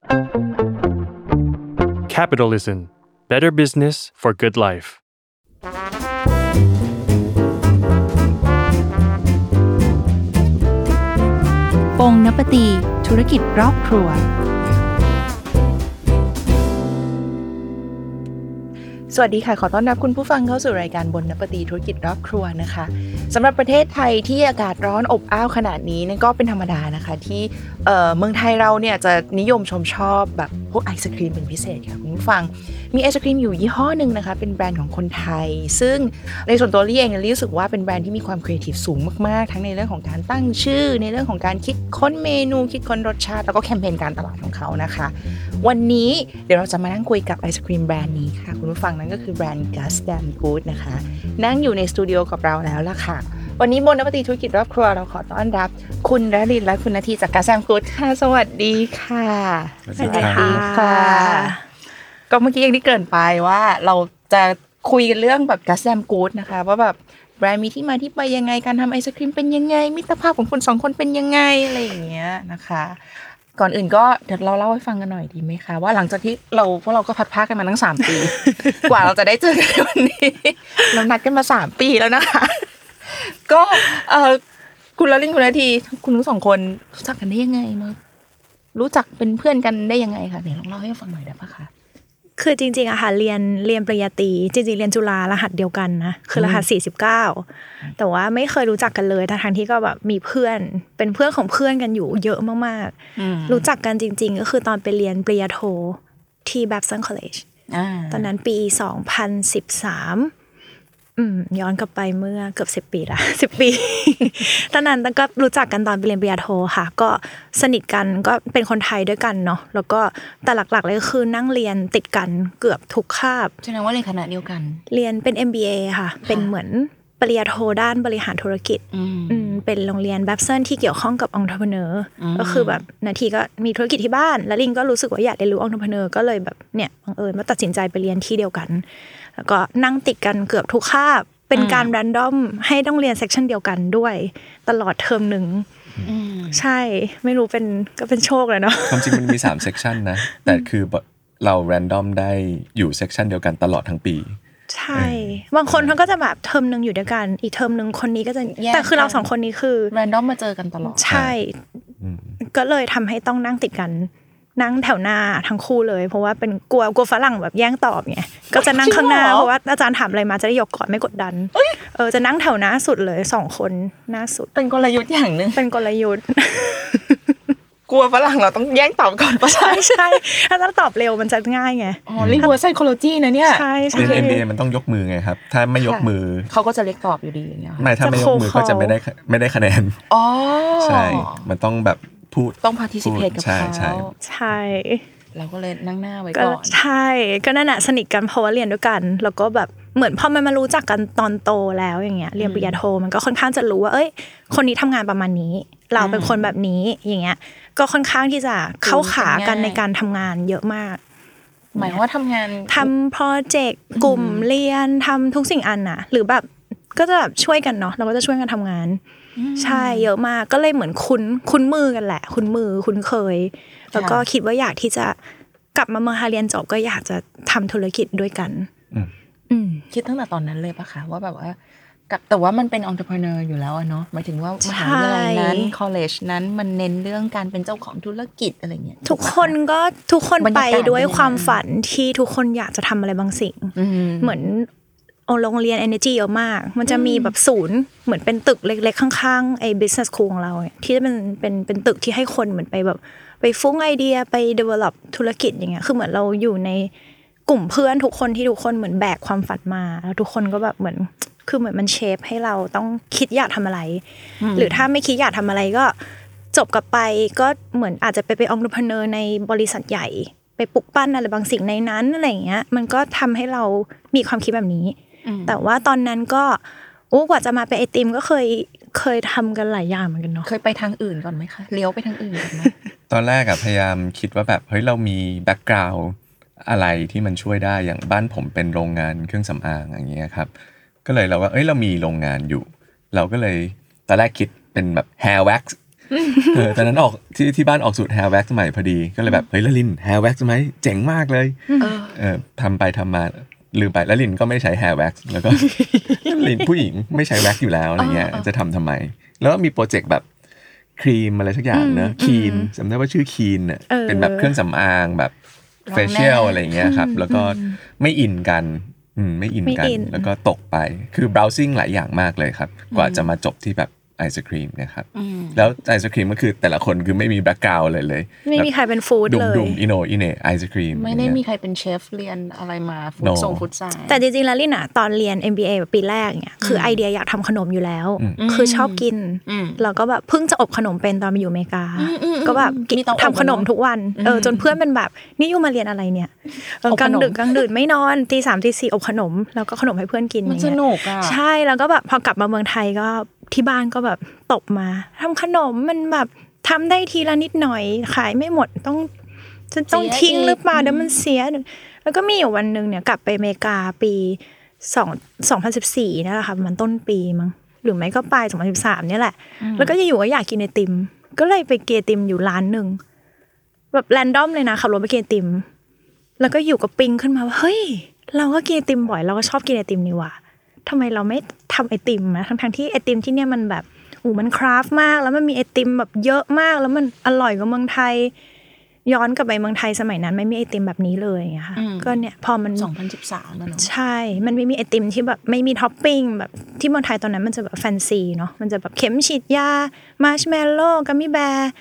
Capitalism. Better business for good life. ปงนปตีธุรกิจรอบครัวสวัสดีค่ะขอต้อนรับคุณผู้ฟังเข้าสู่รายการบนนปตีธุรกิจรอบครัวนะคะสำหรับประเทศไทยที่อากาศร้อนอบอ้าวขนาดนี้นั่นก็เป็นธรรมดานะคะที่เมืองไทยเราเนี่ยจะนิยมชมชอบแบบพวกไอศกรีมเป็นพิเศษค่ะคุณผู้ฟังมีไอศกรีมอยู่ยี่ห้อนึงนะคะเป็นแบรนด์ของคนไทยซึ่งในส่วนตัวลี่เองลี่รู้สึกว่าเป็นแบรนด์ที่มีความครีเอทีฟสูงมากๆทั้งในเรื่องของการตั้งชื่อในเรื่องของการคิดค้นเมนูคิดค้นรสชาติแล้วก็แคมเปญการตลาดของเขานะคะวันนี้เดี๋ยวเราจะมานั่งคุยกับไอศกรีมแบรนด์นี้ค่ะคุณผู้ฟังนั่นก็คือแบรนด์ Gus Damn Good นะคะนั่งอยู่ในสตูดิโอกับเราแล้วล่ะค่ะวันนี้บนนปตีธุรกิจรอบครัวเราขอต้อนรับคุณรลินและคุณนาทีจาก Gus Damn Good ค่ะสวัสดีค่ะสวัสดีค่ะก็เมื่อกี้ยังได้เกริ่นไปว่าเราจะคุยกันเรื่องแบบ Gus Damn Good นะคะว่าแบบแบรนด์มีที่มาที่ไปยังไงการทำไอศกรีมเป็นยังไงมิตรภาพของคุณสองคนเป็นยังไงอะไรอย่างเงี้ยนะคะก่อนอื่นก็เดี๋ยวเราเล่าให้ฟังกันหน่อยดีไหมคะว่าหลังจากที่พวกเราก็พัดพากันมาตั้ง3 ปี กว่าเราจะได้เจอกันวันนี้เรานัดกันมา3 ปีแล้วนะคะก็คุณละลินคุณนาทีคุณทั้งสองคนรู้จักกันได้ยังไงมารู้จักเป็นเพื่อนกันได้ยังไงคะเดี๋ยวลองเล่าให้ฟังหน่อยได้ปะคะคือจริงๆอะค่ะเรียนปริญญาตรีจริงๆเรียนจุฬารหัสเดียวกันนะคือรหัส49แต่ว่าไม่เคยรู้จักกันเลยทั้งที่ก็แบบมีเพื่อนเป็นเพื่อนของเพื่อนกันอยู่เยอะมากๆรู้จักกันจริงๆก็คือตอนไปเรียนปริญญาโทที่ Babson College ตอนนั้นปี2013ย้อนกลับไปเมื่อเกือบ10 ปีละ10 ปีตอนนั้นก็รู้จักกันตอนไปเรียนปริญญาโทค่ะก็สนิทกันก็เป็นคนไทยด้วยกันเนาะแล้วก็แต่หลักๆเลยก็คือนั่งเรียนติดกันเกือบทุกคาบแสดงว่าเรียนคณะเดียวกันเรียนเป็น MBA ค่ะเป็นเหมือนปริญญาโทด้านบริหารธุรกิจเป็นโรงเรียน Babson ที่เกี่ยวข้องกับ entrepreneur ก็คือแบบนาทีก็มีธุรกิจที่บ้านแล้วลิงก็รู้สึกว่าอยากเรียนรู้ entrepreneur ก็เลยแบบเนี่ยบังเอิญว่าตัดสินใจไปเรียนที่เดียวกันแล้วก็นั่งติดกันเกือบทุกคาบเป็นการแรนดอมให้ต้องเรียนเซกชันเดียวกันด้วยตลอดเทอมนึงใช่ไม่รู้ก็เป็นโชคเลยเนาะความจริงมันมี3เซกชันนะแต่คือเราแรนดอมได้อยู่เซกชันเดียวกันตลอดทั้งปีใช่บางคนเขาก็จะแบบเทอมนึงอยู่ด้วยกันอีกเทอมนึงคนนี้ก็จะแต่คือเรา2คนนี้คือแรนดอมมาเจอกันตลอดใช่ก็เลยทำให้ต้องนั่งติดกันนั่งแถวหน้าทั้งคู่เลยเพราะว่าเป็นกลัวฝรั่งแบบแย่งตอบไงก็จะนั่งข้างหน้าเพราะว่าอาจารย์ถามอะไรมาจะได้ยกก่อนไม่กดดันจะนั่งแถวหน้าสุดเลย2คนหน้าสุดเป็นกลยุทธ์อย่างนึงเป็นกลยุทธ์กลัวฝรั่งเราต้องแย่งตอบก่อนป่ะใช่ถ้าตอบเร็วมันจะง่ายไง lingual psychology นะเนี่ยใช่เรียน MBA มันต้องยกมือไงครับถ้าไม่ยกมือเขาก็จะเรียกตอบอยู่ดีอย่างเงี้ยไม่ถ้าไม่ยกมือก็จะไม่ได้คะแนนอ๋อใช่มันต้องแบบพูดต้อง participate กับเขาใช่เราก็เลยนั่งหน้าไว้ก่อนใช่ก็นั่นแหละสนิทกันเพราะว่าเรียนด้วยกันแล้วก็แบบเหมือนพอมันมารู้จักกันตอนโตแล้วอย่างเงี้ยเรียนปริญญาโทมันก็ค่อนข้างจะรู้ว่าคนนี้ทำงานประมาณนี้เราเป็นคนแบบนี้อย่างเงี้ยก็ค่อนข้างที่จะเข้าขากันในการทำงานเยอะมากหมายว่าทำงานทำโปรเจกต์กลุ่มเรียนทำทุกสิ่งอันน่ะหรือแบบก็จะแบบช่วยกันเนาะเราก็จะช่วยกันทำงานใช่เยอะมากก็เลยเหมือนคุ้นมือกันแหละคุ้นมือคุ้นเคยแล้วก็คิดว่าอยากที่จะกลับมาเมืองไทยเรียนจบก็อยากจะทำธุรกิจด้วยกันคิดตั้งแต่ตอนนั้นเลยปะคะว่าแบบว่าแต่ว่ามันเป็น entrepreneur อยู่แล้วเนาะหมายถึงว่ามหาวิทยาลัยนั้น college นั้นมันเน้นเรื่องการเป็นเจ้าของธุรกิจอะไรเงี้ยทุกคนไปด้วยความฝันที่ทุกคนอยากจะทำอะไรบางสิ่งเหมือนโรงเรียน energy เยอะมากมันจะมีแบบศูนย์เหมือนเป็นตึกเล็กๆข้างๆไอ้ business school ของเราที่เป็นตึกที่ให้คนเหมือนไปแบบไปฟุ้งไอเดียไป develop ธุรกิจอย่างเงี้ยคือเหมือนเราอยู่ในกลุ่มเพื่อนทุกคนที่ทุกคนเหมือนแบกความฝันมาแล้วทุกคนก็แบบเหมือนคือเหมือนมันเชฟให้เราต้องคิดอยากทำอะไรหรือถ้าไม่คิดอยากทำอะไรก็จบกลับไปก็เหมือนอาจจะไปentrepreneur ในบริษัทใหญ่ไปปลุกปั้นอะไรบางสิ่งในนั้นอะไรอย่างเงี้ยมันก็ทำให้เรามีความคิดแบบนี้แต่ว่าตอนนั้นก็กว่าจะมาเป็นไอติมก็เคยทำกันหลายอย่างเหมือนกันเนาะเคยไปทางอื่นก่อนไหมคะเลี้ยวไปทางอื่นไหมตอนแรกพยายามคิดว่าแบบเฮ้ยเรามีแบ็คกราวด์อะไรที่มันช่วยได้อย่างบ้านผมเป็นโรงงานเครื่องสำอางอย่างเงี้ยครับก็เลยเราว่าเรามีโรงงานอยู่เราก็เลยตอนแรกคิดเป็นแบบ hair wax ตอนนั้นออกที่บ้านออกสูตร hair wax ใหม่พอดีก็เลยแบบเฮ้ยละลิน hair wax ไหมเจ๋งมากเลยทำไปทำมาลืมไปแล้วลินก็ไม่ใช้ hair wax แล้วก็ ลินผู้หญิงไม่ใช้แว็กอยู่แล้วอะไรเงี้ยจะทำไมแล้วก็มีโปรเจกต์แบบครีมอะไรสักอย่างเนอะคีนจำได้ว่าชื่อคีนเนี่ยเป็นแบบเครื่องสำอางแบบเฟเชียลอะไรเงี้ยครับแล้วก็ไม่อินกันไม่อินกันแล้วก็ตกไปคือ browsing หลายอย่างมากเลยครับกว่าจะมาจบที่แบบไอศครีมเนี่ยครับแล้วไอศครีมก็คือแต่ละคนคือไม่มีแบ็คกราวด์เลยไม่มีใครเป็นฟู้ดเลยดุมอิโนไอศครีมไม่ได้มีใครเป็นเชฟเรียนอะไรมาฟู้ดส่งฟู้ดไซน์แต่จริงๆแล้วลินตอนเรียน MBA ปีแรกเนี่ยคือไอเดียอยากทำขนมอยู่แล้วคือชอบกินแล้วก็แบบเพิ่งจะอบขนมเป็นตอนมาอยู่อเมริกาก็แบบทำขนมทุกวันจนเพื่อนเป็นแบบนี่อยู่มาเรียนอะไรเนี่ยกลางดึกไม่นอนตี 3 ตี 4อบขนมแล้วก็ขนมให้เพื่อนกินมันสนุกอ่ะใช่แล้วก็แบบพอกลับมาเมืองไทยก็ที่บ้านก็แบบตบมาทำขนมมันแบบทำได้ทีละนิดหน่อยขายไม่หมดต้องทิ้งหรือเปล่าเดี๋ยวมันเสียแล้วก็มีอยู่วันนึงเนี่ยกลับไปอเมริกาปี2014นั่นแหละค่ะมันต้นปีมั้งหรือไม่ก็ปลาย2013เนี่ยแหละแล้วก็อยู่ก็อยากกินไอติมก็เลยไปกินไอติมอยู่ร้านนึงแบบแรนดอมเลยนะขับรถไปกินไอติมแล้วก็อยู่กับปิงขึ้นมาว่าเฮ้ยเราก็กินไอติมบ่อยเราก็ชอบกินไอติมนี่หว่าทำไมเราไม่ทำไอติมนะทั้งที่ไอติมที่เนี่ยมันแบบมันคราฟมากแล้วมันมีไอติมแบบเยอะมากแล้วมันอร่อยกว่าเมืองไทยย้อนกลับไปเมืองไทยสมัยนั้นไม่มีไอติมแบบนี้เลยอย่างเงี้ยค่ะก็เนี่ยพอมัน 2013แล้วเนาะใช่มันไม่มีไอติมที่แบบไม่มีท็อปปิ้งแบบที่เมืองไทยตอนนั้นมันจะแบบแฟนซีเนาะมันจะแบบเข็มฉีดยามาร์ชเมลโล่กัมมี่แบร์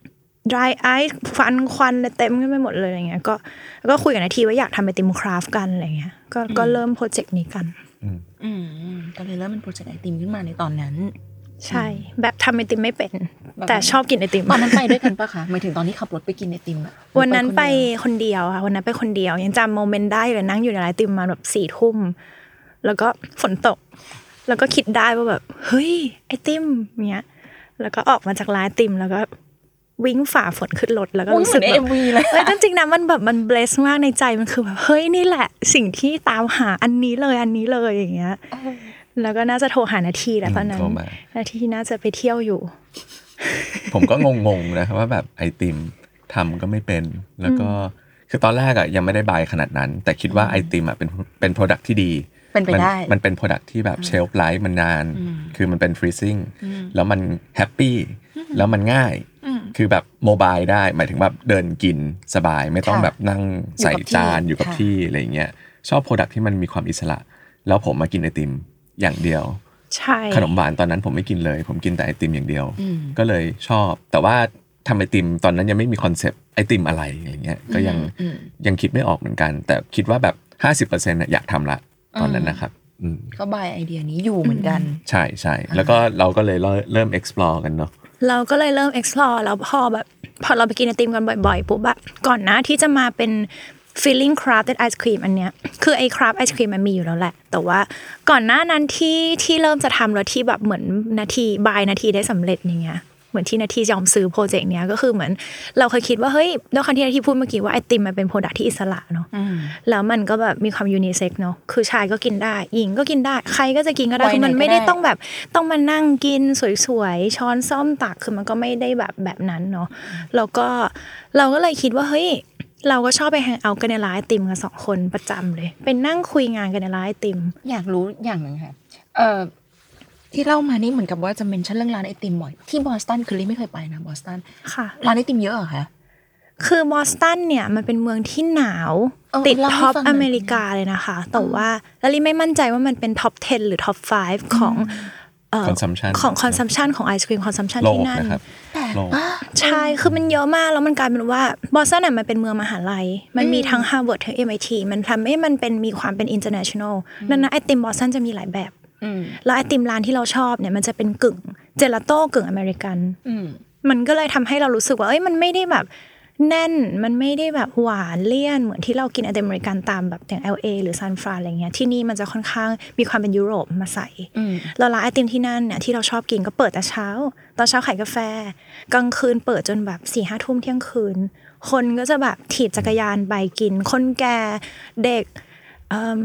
dry ice ควันเต็มกันไปหมดเลยอย่างเงี้ยก็คุยกับนาทีว่าอยากทำไอติมคราฟกันอะไรเงี้ยก็เริ่มโปรเจกต์นี้กันก็เลยเริ่มเป็นโปรเจกต์ไอติมขึ้นมาในตอนนั้นใช่แบบทำไอติมไม่เป็นแต่ชอบกินไอติมตอนนั้นไปด้วยกันปะคะหมายถึงตอนที่ขับรถไปกินไอติมอะวันนั้นไปคนเดียวค่ะวันนั้นไปคนเดียวยังจำโมเมนต์ได้เลยนั่งอยู่ในร้านไอติมมาแบบ4 ทุ่มแล้วก็ฝนตกแล้วก็คิดได้ว่าแบบเฮ้ยไอติมเนี้ยแล้วก็ออกมาจากร้านไอติมแล้วก็วิ่งฝ่าฝนขึ้นรถแล้วก็รู้สึกแบบจริงๆนะมันแบบมันเบลสมากในใจมันคือแบบเฮ้ยนี่แหละสิ่งที่ตามหาอันนี้เลยอย่างเงี้ยแล้วก็น่าจะโทรหานาทีแหละตอนนั้นนาทีน่าจะไปเที่ยวอยู่ผมก็งงๆนะว่าแบบไอติมทำก็ไม่เป็นแล้วก็คือตอนแรกอ่ะยังไม่ได้บายขนาดนั้นแต่คิดว่าไอติมอ่ะเป็น product ที่ดีเป็นไปได้มันเป็น product ที่แบบเชลฟ์ไลฟ์มันนานคือมันเป็น freezing แล้วมันแฮปปี้แล้วมันง่ายคือแบบโมบายได้หมายถึงแบบเดินกินสบายไม่ต้องแบบนั่งใส่จานอยู่กับที่อะไรเงี้ยชอบ product ที่มันมีความอิสระแล้วผมมากินไอติมอย่างเดียวขนมหวานตอนนั้นผมไม่กินเลยผมกินแต่ไอติมอย่างเดียวก็เลยชอบแต่ว่าทำไอติมตอนนั้นยังไม่มีคอนเซปต์ไอติมอะไรอย่างเงี้ยก็ยังคิดไม่ออกเหมือนกันแต่คิดว่าแบบ 50% น่ะอยากทำละตอนนั้นนะครับก็บายไอเดียนี้อยู่เหมือนกันใช่แล้วก็เราก็เลยเริ่ม explore กันเนาะเราก็เลยเริ่ม explore แล้วพอเราไปกินไอติมกันบ่อยๆปุ๊บแบบก่อนหน้าที่จะมาเป็นfeeling crafted ice cream อันเนี้ยคือไอ้ craft ice cream มันมีอยู่แล้วแหละแต่ว่าก่อนหน้านั้นที่เริ่มจะทำแล้วที่แบบเหมือนนาทีได้สำเร็จอย่างเงี้ยเหมือนที่นาทียอมซื้อโปรเจกต์เนี้ยก็คือเหมือนเราเคยคิดว่าเฮ้ยด้วยความที่นาทีพูดเมื่อกี้ว่าไอติมมันเป็นโปรดักต์ที่อิสระเนาะแล้วมันก็แบบมีความยูนิเซ็กเนาะคือชายก็กินได้หญิงก็กินได้ใครก็จะกินก็ได้คือมันไม่ได้ต้องแบบต้องมานั่งกินสวยๆช้อนส้อมตักคือมันก็ไม่ได้แบบนั้นเนาะแล้วก็เราก็เลยคิดว่าเฮ้ยเราก็ชอบไปแฮงเอาท์กันในร้านไอติมกัน2 คนประจำเลยเป็นนั่งคุยงานกันในร้านไอติมอยากรู้อย่างนึงค่ะที่เล่ามานี่เหมือนกับว่าจะเมนชั่นเรื่องร้านไอติมบ่อยที่บอสตันคือลี่ไม่เคยไปนะบอสตันค่ะร้านไอติมเยอะเหรอคะคือบอสตันเนี่ยมันเป็นเมืองที่หนาวติดท็อปอเมริกาเลยนะคะแต่ว่าลี่ไม่มั่นใจว่ามันเป็นท็อป10หรือท็อป5ของ consumption ของ consumption ของไอศกรีม consumption ที่นั่นใช่คือมันเยอะมากแล้วมันกลายเป็นว่าบอสตันน่ะมันเป็นเมืองมหาลัยมันมีทั้ง Harvard ทั้ง MIT มันทำให้มันเป็นมีความเป็น international ดังนั้นไอติมบอสตันจะมีหลายแบบแล้วไอติมร้านที่เราชอบเนี่ยมันจะเป็นกึ่งเจลาโต้กึ่งอเมริกันมันก็เลยทำให้เรารู้สึกว่ามันไม่ได้แบบแน่นมันไม่ได้แบบหวานเลี่ยนเหมือนที่เรากินไอติมอเมริกันตามแบบอย่าง LA หรือซานฟรานอะไรเงี้ยที่นี่มันจะค่อนข้างมีความเป็นยุโรปมาใส่แล้วร้านไอติมที่นั่นเนี่ยที่เราชอบกินก็เปิดแต่เช้าตอนเช้าขายกาแฟกลางคืนเปิดจนแบบ 4-5 ทุ่มเที่ยงคืนคนก็จะแบบถีบจักรยานไปกินคนแก่เด็ก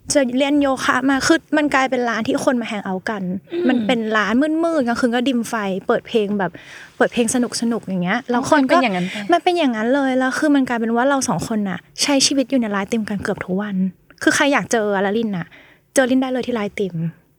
จะเรียนโยคะมาคือมันกลายเป็นร้านที่คนมาแฮงเอาท์กันมันเป็นร้านมืดๆกลางคืนก็ดิมไฟเปิดเพลงแบบเปิดเพลงสนุกๆอย่างเงี้ยแล้วคนก็มันเป็นอย่างนั้นเลยแล้วคือมันกลายเป็นว่าเราสองคนน่ะใช้ชีวิตอยู่ในร้านติมกันเกือบทุกวันคือใครอยากเจอละลินน่ะเจอลินได้เลยที่ร้านติม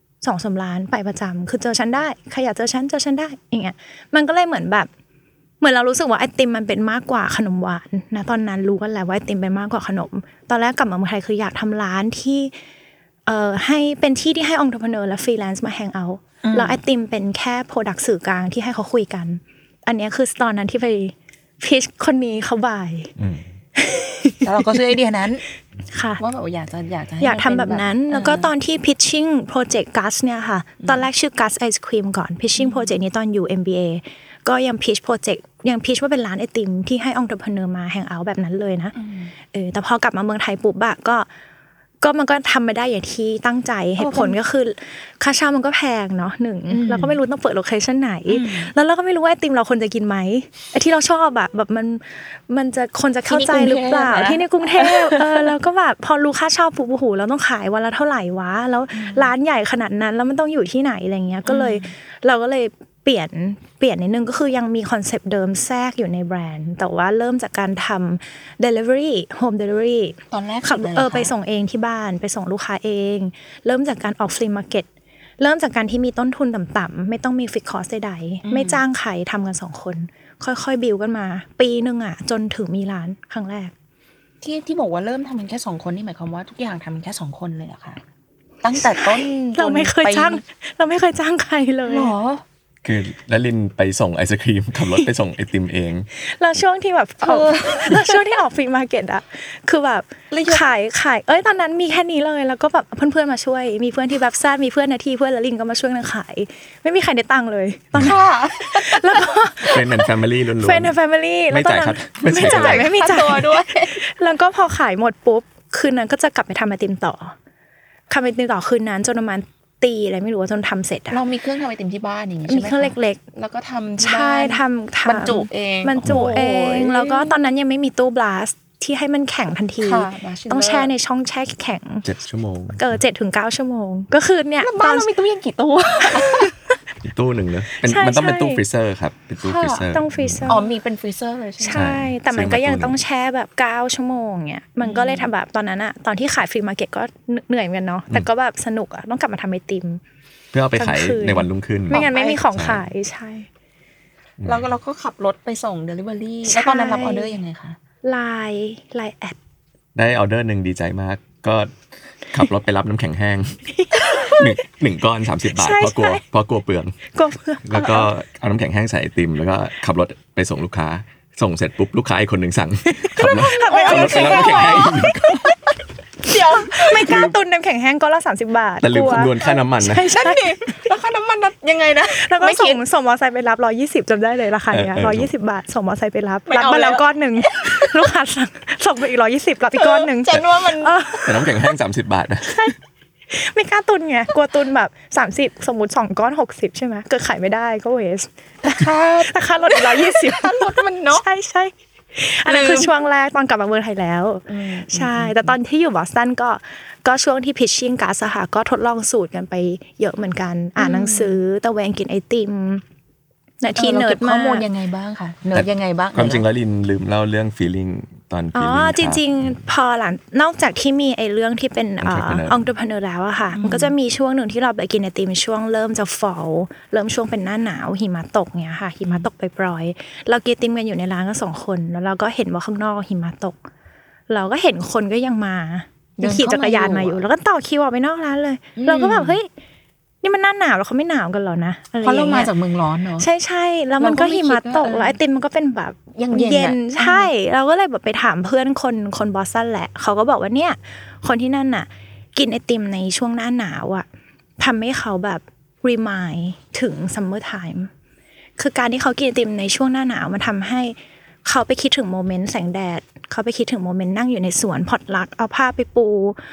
2-3 ร้านไปประจำคือเจอฉันได้ใครอยากเจอฉันได้อย่างเงี้ยมันก็เลยเหมือนเรารู้สึกว่าไอติมมันเป็นมากกว่าขนมหวานนะตอนนั้นรู้กันแล้วว่าไอติมเป็นมากกว่าขนมตอนแรกกลับมาเมืองไทยคืออยากทำร้านที่ให้เป็นที่ที่ให้องค์ประกอบและฟรีแลนซ์มาแฮงเอาท์แล้วไอติมเป็นแค่โปรดักต์สื่อกลางที่ให้เขาคุยกันอันนี้คือตอนนั้นที่ไปพิชคนนี้เขาบ่ายแล้วเราก็ซื้อไอเดียนั้นค่ะว่าแบบอยากทำแบบนั้นแล้วก็ตอนที่ pitching project Gus เนี่ยค่ะตอนแรกชื่อ Gus Ice Cream ก่อน pitching project นี้ตอนอยู่ MBA ก็ยัง pitch project ยัง pitch ว่าเป็นร้านไอติมที่ให้องค์ประกอบมาแฮงเอาท์แบบนั้นเลยนะแต่พอกลับมาเมืองไทยปุ๊บอะก็มันก็ทำไม่ได้อย่างที่ตั้งใจเหตุผลก็คือค่าเช่ามันก็แพงเนาะ1เราก็ไม่รู้ต้องเปิดโลเคชั่นไหนแล้วเราก็ไม่รู้ว่าไอติมเราคนจะกินไหมไอที่เราชอบแบบมันจะคนจะเข้าใจหรือเปล่าที่ในกรุงเทพแล้วก็แบบพอรู้ค่าเช่าปุ๊บโอ้โหเราต้องขายวันละเท่าไหร่วะแล้วร้านใหญ่ขนาดนั้นแล้วมันต้องอยู่ที่ไหนอะไรเงี้ยก็เลยเราก็เลยเปลี่ยนนิดนึงก็คือยังมีคอนเซปต์เดิมแทรกอยู่ในแบรนด์แต่ว่าเริ่มจากการทำ delivery home delivery ตอนแรกไปส่งเองที่บ้านไปส่งลูกค้าเองเริ่มจากการออก flea market เริ่มจากการที่มีต้นทุนต่ำๆไม่ต้องมี fixed cost ใดๆไม่จ้างใครทำกัน2คนค่อยๆบิวกันมาปีนึงอ่ะจนถึงมีร้านครั้งแรกที่บอกว่าเริ่มทำกันแค่2คนนี่หมายความว่าทุกอย่างทำกันแค่2คนเลยเหรอคะตั้งแต่ต้นเราไม่เคยจ้างใครเลยหรอคือแล้วลินไปส่งไอศครีมขับรถไปส่งไอติมเองแล้วช่วงที่แบบแล้วช่วงที่ออกฟรีมาร์เก็ตอะคือแบบขายตอนนั้นมีแค่นี้เลยแล้วก็แบบเพื่อนๆมาช่วยมีเพื่อนที่แบบซ่ามีเพื่อนนาทีเพื่อนแล้วลินก็มาช่วยกันขายไม่มีใครได้ตังค์เลยตอนนั้นแล้วก็เป็นแฟมิลี่ล้วนๆเป็นแฟมิลี่ไม่จ่ายไม่มีจ่ายด้วยแล้วก็พอขายหมดปุ๊บคืนนั้นก็จะกลับไปทำไอติมต่อคืนนั้นจนประมาณตีอะไรไม่รู้ว่าจนทำเสร็จอะเรามีเครื่องทำไอติมที่บ้านอย่างนี้ใช่ไหมมีเครื่องเล็กๆแล้วก็ทำใช่ทำบรรจุเองแล้วก็ตอนนั้นยังไม่มีตู้บลัสที่ให้มันแข็งทันทีต้องแช่ในช่องแช่แข็ง 7 ชั่วโมง 7-9 ชั่วโมงก็คือเนี่ยบ้านเรามีตู้เย็นกี่ตู้อีกตู้หนึ่งเนอะมันต้องเป็นตู้ฟรีเซอร์ครับเป็นตู้ฟรีเซอร์ต้องฟรีเซอร์มีเป็นฟรีเซอร์เลยใช่แต่มันก็ยังต้องแช่แบบ9 ชั่วโมงเนี่ยมันก็เลยทำแบบตอนนั้นอะตอนที่ขายฟรีมาร์เก็ตก็เหนื่อยเหมือนกันเนาะแต่ก็แบบสนุกอะต้องกลับมาทำไอติมเพื่อเอาไปขายในวันรุ่งขึ้นไม่งั้นไม่มีของขายใช่เราก็ขับรถไปส่ง delivery แล้วตอนนั้นรับออเดอร์ยังไงคะไลน์แอดได้ออเดอร์นึงดีใจมากก็ขับรถไปรับน้ำแข็งแห้ง1 ก้อน30 บาทเพราะกลัวเปลืองแล้วก็เอาน้ำแข็งแห้งใส่ไอติมแล้วก็ขับรถไปส่งลูกค้าส่งเสร็จปุ๊บลูกค้าอีกคนนึงสั่งขับรถไปรับน้ำแข็งแห้งเดี๋ยวไม่กล้าตุนน้ำแข็งแห้งก็ละ30 บาทแต่ลืมคำนวณค่าน้ำมันนะใช่แล้วค่าน้ำมันยังไงนะแล้วก็ส่งมอเตอร์ไซค์ไปรับ120จำได้เลยราคาเนี้ย120 บาทส่งมอเตอร์ไซค์ไปรับมาแล้วก้อนนึงลูกค้าส่งไปอีก120รับอีกก้อนนึงฉันว่ามันแต่น้ำแข็งแห้ง30 บาทนะไม่กล้าตุนไงกลัวตุนแบบ30สมมุติ2 ก้อน60ใช่มั้ยเกิดขายไม่ได้ก็เวสแต่ค่ารถ120 ค่ารถมันเนาะใช่อันนั้นคือช่วงแรกตอนกลับมาเมืองไทยแล้วใช่แต่ตอนที่อยู่บอสตันก็ช่วงที่ pitching Gus อะค่ะก็ทดลองสูตรกันไปเยอะเหมือนกันอ่านหนังสือตะแวงกินไอติมนาทีเนิร์ดมากข้อมูลยังไงบ้างคะเนิร์ดยังไงบ้างความจริงแล้วลินลืมเล่าเรื่อง feeling ตอน feeling จริงๆพอหลังนอกจากที่มีไอ้เรื่องที่เป็นentrepreneur แล้วอะค่ะมันก็จะมีช่วงหนึ่งที่เราไปกินไอติมช่วงเริ่มจะ fall เริ่มช่วงเป็นหน้าหนาวหิมะตกเงี้ยค่ะหิมะตกปล่อยๆเรากินไอติมกันอยู่ในร้านกัน2 คนแล้วเราก็เห็นว่าข้างนอกหิมะตกเราก็เห็นคนก็ยังมาขี่จักรยานมาอยู่แล้วก็ต่อคิวออกไปนอกร้านเลยเราก็แบบเฮ้ยนี่มันหน้าหนาวแล้วเขาไม่หนาวกันหรอนะเพราะเรามาจากเมืองร้อนเนาะใช่ๆแล้วมันก็หิมะตกแล้วไอติมมันก็เป็นแบบเย็นใช่เราก็เลยแบบไปถามเพื่อนคนบอสตันแหละเขาก็บอกว่าเนี่ยคนที่นั่นน่ะกินไอติมในช่วงหน้าหนาวอ่ะทำให้เขาแบบรีมายด์ถึงซัมเมอร์ไทม์คือการที่เขากินไอติมในช่วงหน้าหนาวมันทำให้เขาไปคิดถึงโมเมนต์แสงแดดเขาไปคิดถึงโมเมนต์นั่งอยู่ในสวนพอตลักเอาผ้าไปปู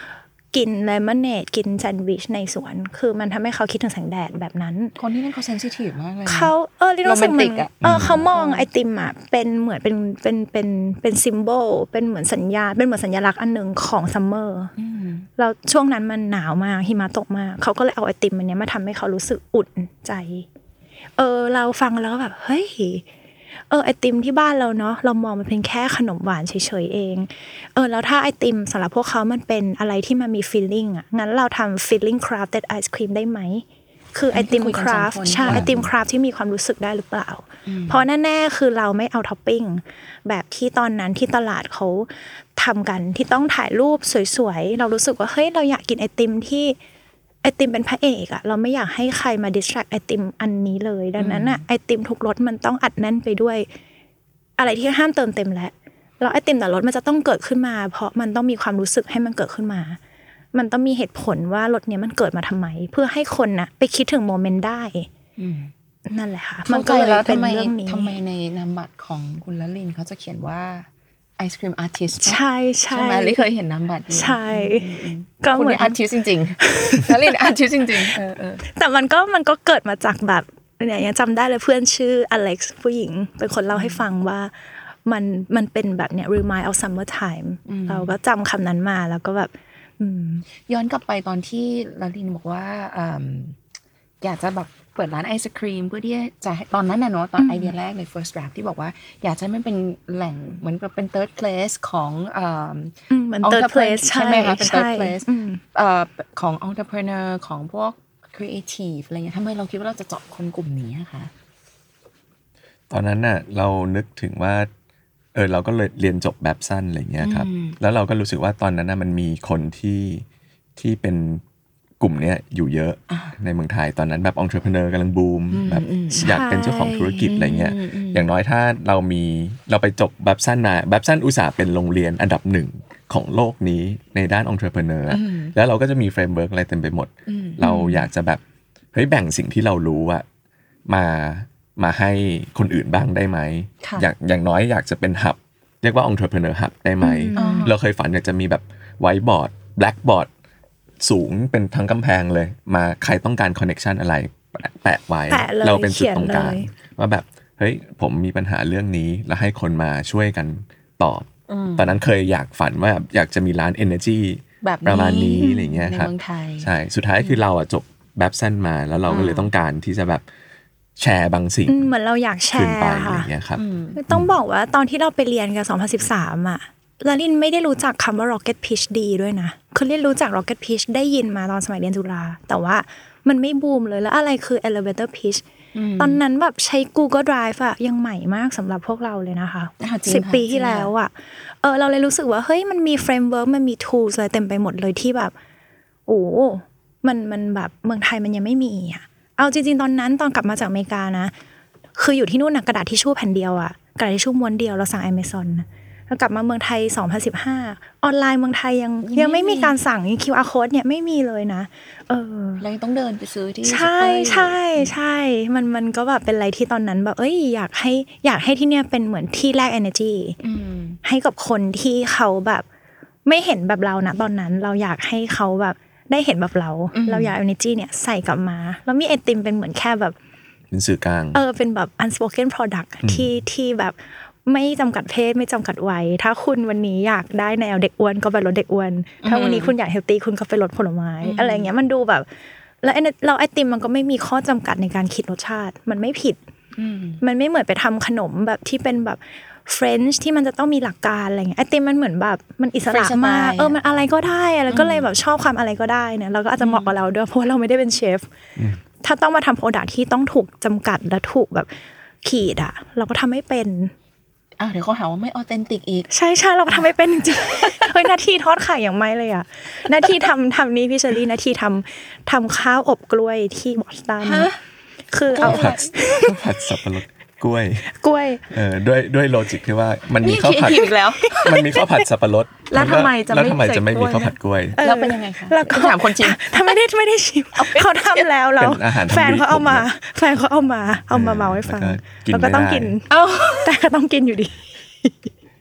กินเลมอนเนดกินแซนด์วิชในสวนคือมันทำให้เขาคิดถึงแสงแดดแบบนั้นคนที่นั่นเขาเซนซิทีฟมากเลยเขาลิรู้สึกเหมือนเขามองไอติมอ่ะเป็นเหมือนเป็นซิมโบลเป็นเหมือนสัญญาเป็นเหมือนสัญลักษณ์อันนึงของซัมเมอร์แล้วช่วงนั้นมันหนาวมากหิมะตกมากเขาก็เลยเอาไอติมอันนี้มาทำให้เขารู้สึกอุ่นใจเราฟังแล้วแบบเฮ้ยไอติมที่บ้านเราเนาะเรามองมันเป็นแค่ขนมหวานเฉยๆเองแล้วถ้าไอติมสำหรับพวกเขามันเป็นอะไรที่มันมี feeling อ่ะงั้นเราทำ feeling crafted ice cream ได้ไหมคือไอติมคราฟใช่ไอติมคราฟที่มีความรู้สึกได้หรือเปล่าเพราะแน่ๆคือเราไม่เอาท็อปปิ้งแบบที่ตอนนั้นที่ตลาดเขาทำกันที่ต้องถ่ายรูปสวยๆเรารู้สึกว่าเฮ้ยเราอยากกินไอติมที่ไอติมเป็นพระเอกอะเราไม่อยากให้ใครมาดิสแทรกไอติมอันนี้เลยดังนั้นอะไอติมทุกรสมันต้องอัดแน่นไปด้วยอะไรที่ห้ามเติมเต็มแล้วไอติมแต่รสมันจะต้องเกิดขึ้นมาเพราะมันต้องมีความรู้สึกให้มันเกิดขึ้นมามันต้องมีเหตุผลว่ารสเนี้ยมันเกิดมาทำไมเพื่อให้คนน่ะไปคิดถึงโมเมนต์ได้นั่นแหละค่ะมันก็เลยเป็นเรื่องนี้ทำไมในนามบัตรของคุณละลินเขาจะเขียนว่าไอศครีมอาร์ติสต์ใช่ใช่ไหมลิเคยเห็นนามบัตรใช่ก็เหมือนอาร์ติสต์จริงๆละลินอาร์ติสต์จริงๆแต่มันก็เกิดมาจากแบบเนี่ยยังจำได้เลยเพื่อนชื่ออเล็กซ์ผู้หญิงเป็นคนเล่าให้ฟังว่ามันเป็นแบบเนี่ย remind of summer time เราก็จำคำนั้นมาแล้วก็แบบย้อนกลับไปตอนที่ลาลินบอกว่าอยากจะแบบเปิดร้านไอศครีมเพื่อที่จะตอนนั้นน่ะเนาะตอนไอเดียแรกใน first draft ที่บอกว่าอยากจะให้มันเป็นแหล่งเหมือนกับเป็น third place ของเหมือน third place ใช่ไหมคะเป็น third place ของ entrepreneur ของพวก creative อะไรเงี้ยทำไมเราคิดว่าเราจะเจาะคนกลุ่มนี้คะตอนนั้นน่ะเรานึกถึงว่าเราก็เลยเรียนจบแบบสั้นอะไรเงี้ยครับแล้วเราก็รู้สึกว่าตอนนั้นน่ะมันมีคนที่เป็นกลุ่มเนี้ยอยู่เยอะในเมืองไทยตอนนั้นแบบ entrepreneur กำลังบูมแบบอยากเป็นเจ้าของธุรกิจอะไรเงี้ยอย่างน้อยถ้าเราไปจบแบบสั้นมาแบบสั้นอุตสาห์เป็นโรงเรียนอันดับหนึ่งของโลกนี้ในด้าน entrepreneur แล้วเราก็จะมีเฟรมเวิร์กอะไรเต็มไปหมดเราอยากจะแบบเฮ้ยแบ่งสิ่งที่เรารู้อะมาให้คนอื่นบ้างได้ไหมอย่างน้อยอยากจะเป็นหับเรียกว่า entrepreneur hub ได้ไหมเราเคยฝันอยากจะมีแบบไวท์บอร์ดแบล็กบอร์ดสูงเป็นทั้งกำแพงเลยมาใครต้องการคอนเนคชันอะไรแปะไว้เราเป็นจุดตรงกลางว่าแบบเฮ้ยผมมีปัญหาเรื่องนี้แล้วให้คนมาช่วยกันตอบตอนนั้นเคยอยากฝันว่าอยากจะมีร้าน energy ประมาณนี้อะไรเงี้ยครับใช่สุดท้ายคือเราจบแบบสั้นมาแล้วเราก็เลยต้องการที่จะแบบแชร์บางสิ่งเหมือนเราอยากแชร์ค่ะต้องบอกว่าตอนที่เราไปเรียนกัน2013อะลาลินไม่ได้รู้จักคำว่า rocket pitch ดีด้วยนะคือเรียนรู้จัก rocket pitch ได้ยินมาตอนสมัยเรียนจุฬาแต่ว่ามันไม่บูมเลยแล้วอะไรคือ elevator pitch ตอนนั้นแบบใช้ Google Drive อะยังใหม่มากสำหรับพวกเราเลยนะคะ10 ปีที่แล้วอะเราเลยรู้สึกว่าเฮ้ยมันมี framework มันมี tools อะไรเต็มไปหมดเลยที่แบบโอ้มันแบบเมืองไทยมันยังไม่มีอะเอาจริงๆตอนนั้นตอนกลับมาจากอเมริกานะคืออยู่ที่นู่นน่ะกระดาษทิชชู่แผ่นเดียวอะกระดาษทิชชู่ม้วนเดียวเราสั่ง Amazon แล้วกลับมาเมืองไทย2015ออนไลน์เมืองไทยยังไม่มีการสั่ง QR code เนี่ยไม่มีเลยนะเราต้องเดินไปซื้อที่ใช่มันก็แบบเป็นอะไรที่ตอนนั้นแบบอยากให้ที่เนี่ยเป็นเหมือนที่แลก energy ให้กับคนที่เขาแบบไม่เห็นแบบเรานะตอนนั้นเราอยากให้เขาแบบได้เห็นแบบเราอยาก energy เนี่ยใส่กลับมาแล้วมีไอติมเป็นเหมือนแค่แบบเป็นสื่อกลางเป็นแบบ unspoken product ที่แบบไม่จำกัดเพศไม่จำกัดวัยถ้าคุณวันนี้อยากได้แนวเด็กอ้วนก็ไปลดเด็กอ้วนถ้าวันนี้คุณอยากเฮลตี้คุณก็ไปลดผลไม้อะไรเงี้ยมันดูแบบแล้วเราไอติมมันก็ไม่มีข้อจำกัดในการคิดรสชาติมันไม่ผิดมันไม่เหมือนไปทำขนมแบบที่เป็นแบบเฟรนช์ที่มันจะต้องมีหลักการอะไรเงี้ยไอติมมันเหมือนแบบมันอิสระมากมันอะไรก็ได้แล้วก็เลยแบบชอบความอะไรก็ได้เนี่ยเราก็อาจจะเหมาะกับเราด้วยเพราะเราไม่ได้เป็นเชฟถ้าต้องมาทำโปรดักต์ที่ต้องถูกจำกัดและถูกแบบขีดอะเราก็ทำไม่เป็นเดี๋ยวเขาหาว่าไม่ออเทนติกอีกใช่เราก็ทำไม่เป็นจริงๆเฮ้ยหน้าที่ทอดไข่อย่างไม่เลยอ่ะหน้าที่ทำนี่พี่เชอรี่หน้าที่ทำข้าวอบกล้วยที่บอสตันคือเอาผัดสับปะรดกล้วยด้วยโลจิกที่ว่ามันมีข้าวผัดมันมีข้าวผัดสับปะรดแล้วทำไมจะไม่มีข้าวผัดกล้วยแล้วเป็นยังไงคะแล้วถามคนชิมถ้าไม่ได้ชิมเขาทำแล้วแฟนเขาเอามาเมาให้ฟังแล้วก็ต้องกินแต่ก็ต้องกินอยู่ดี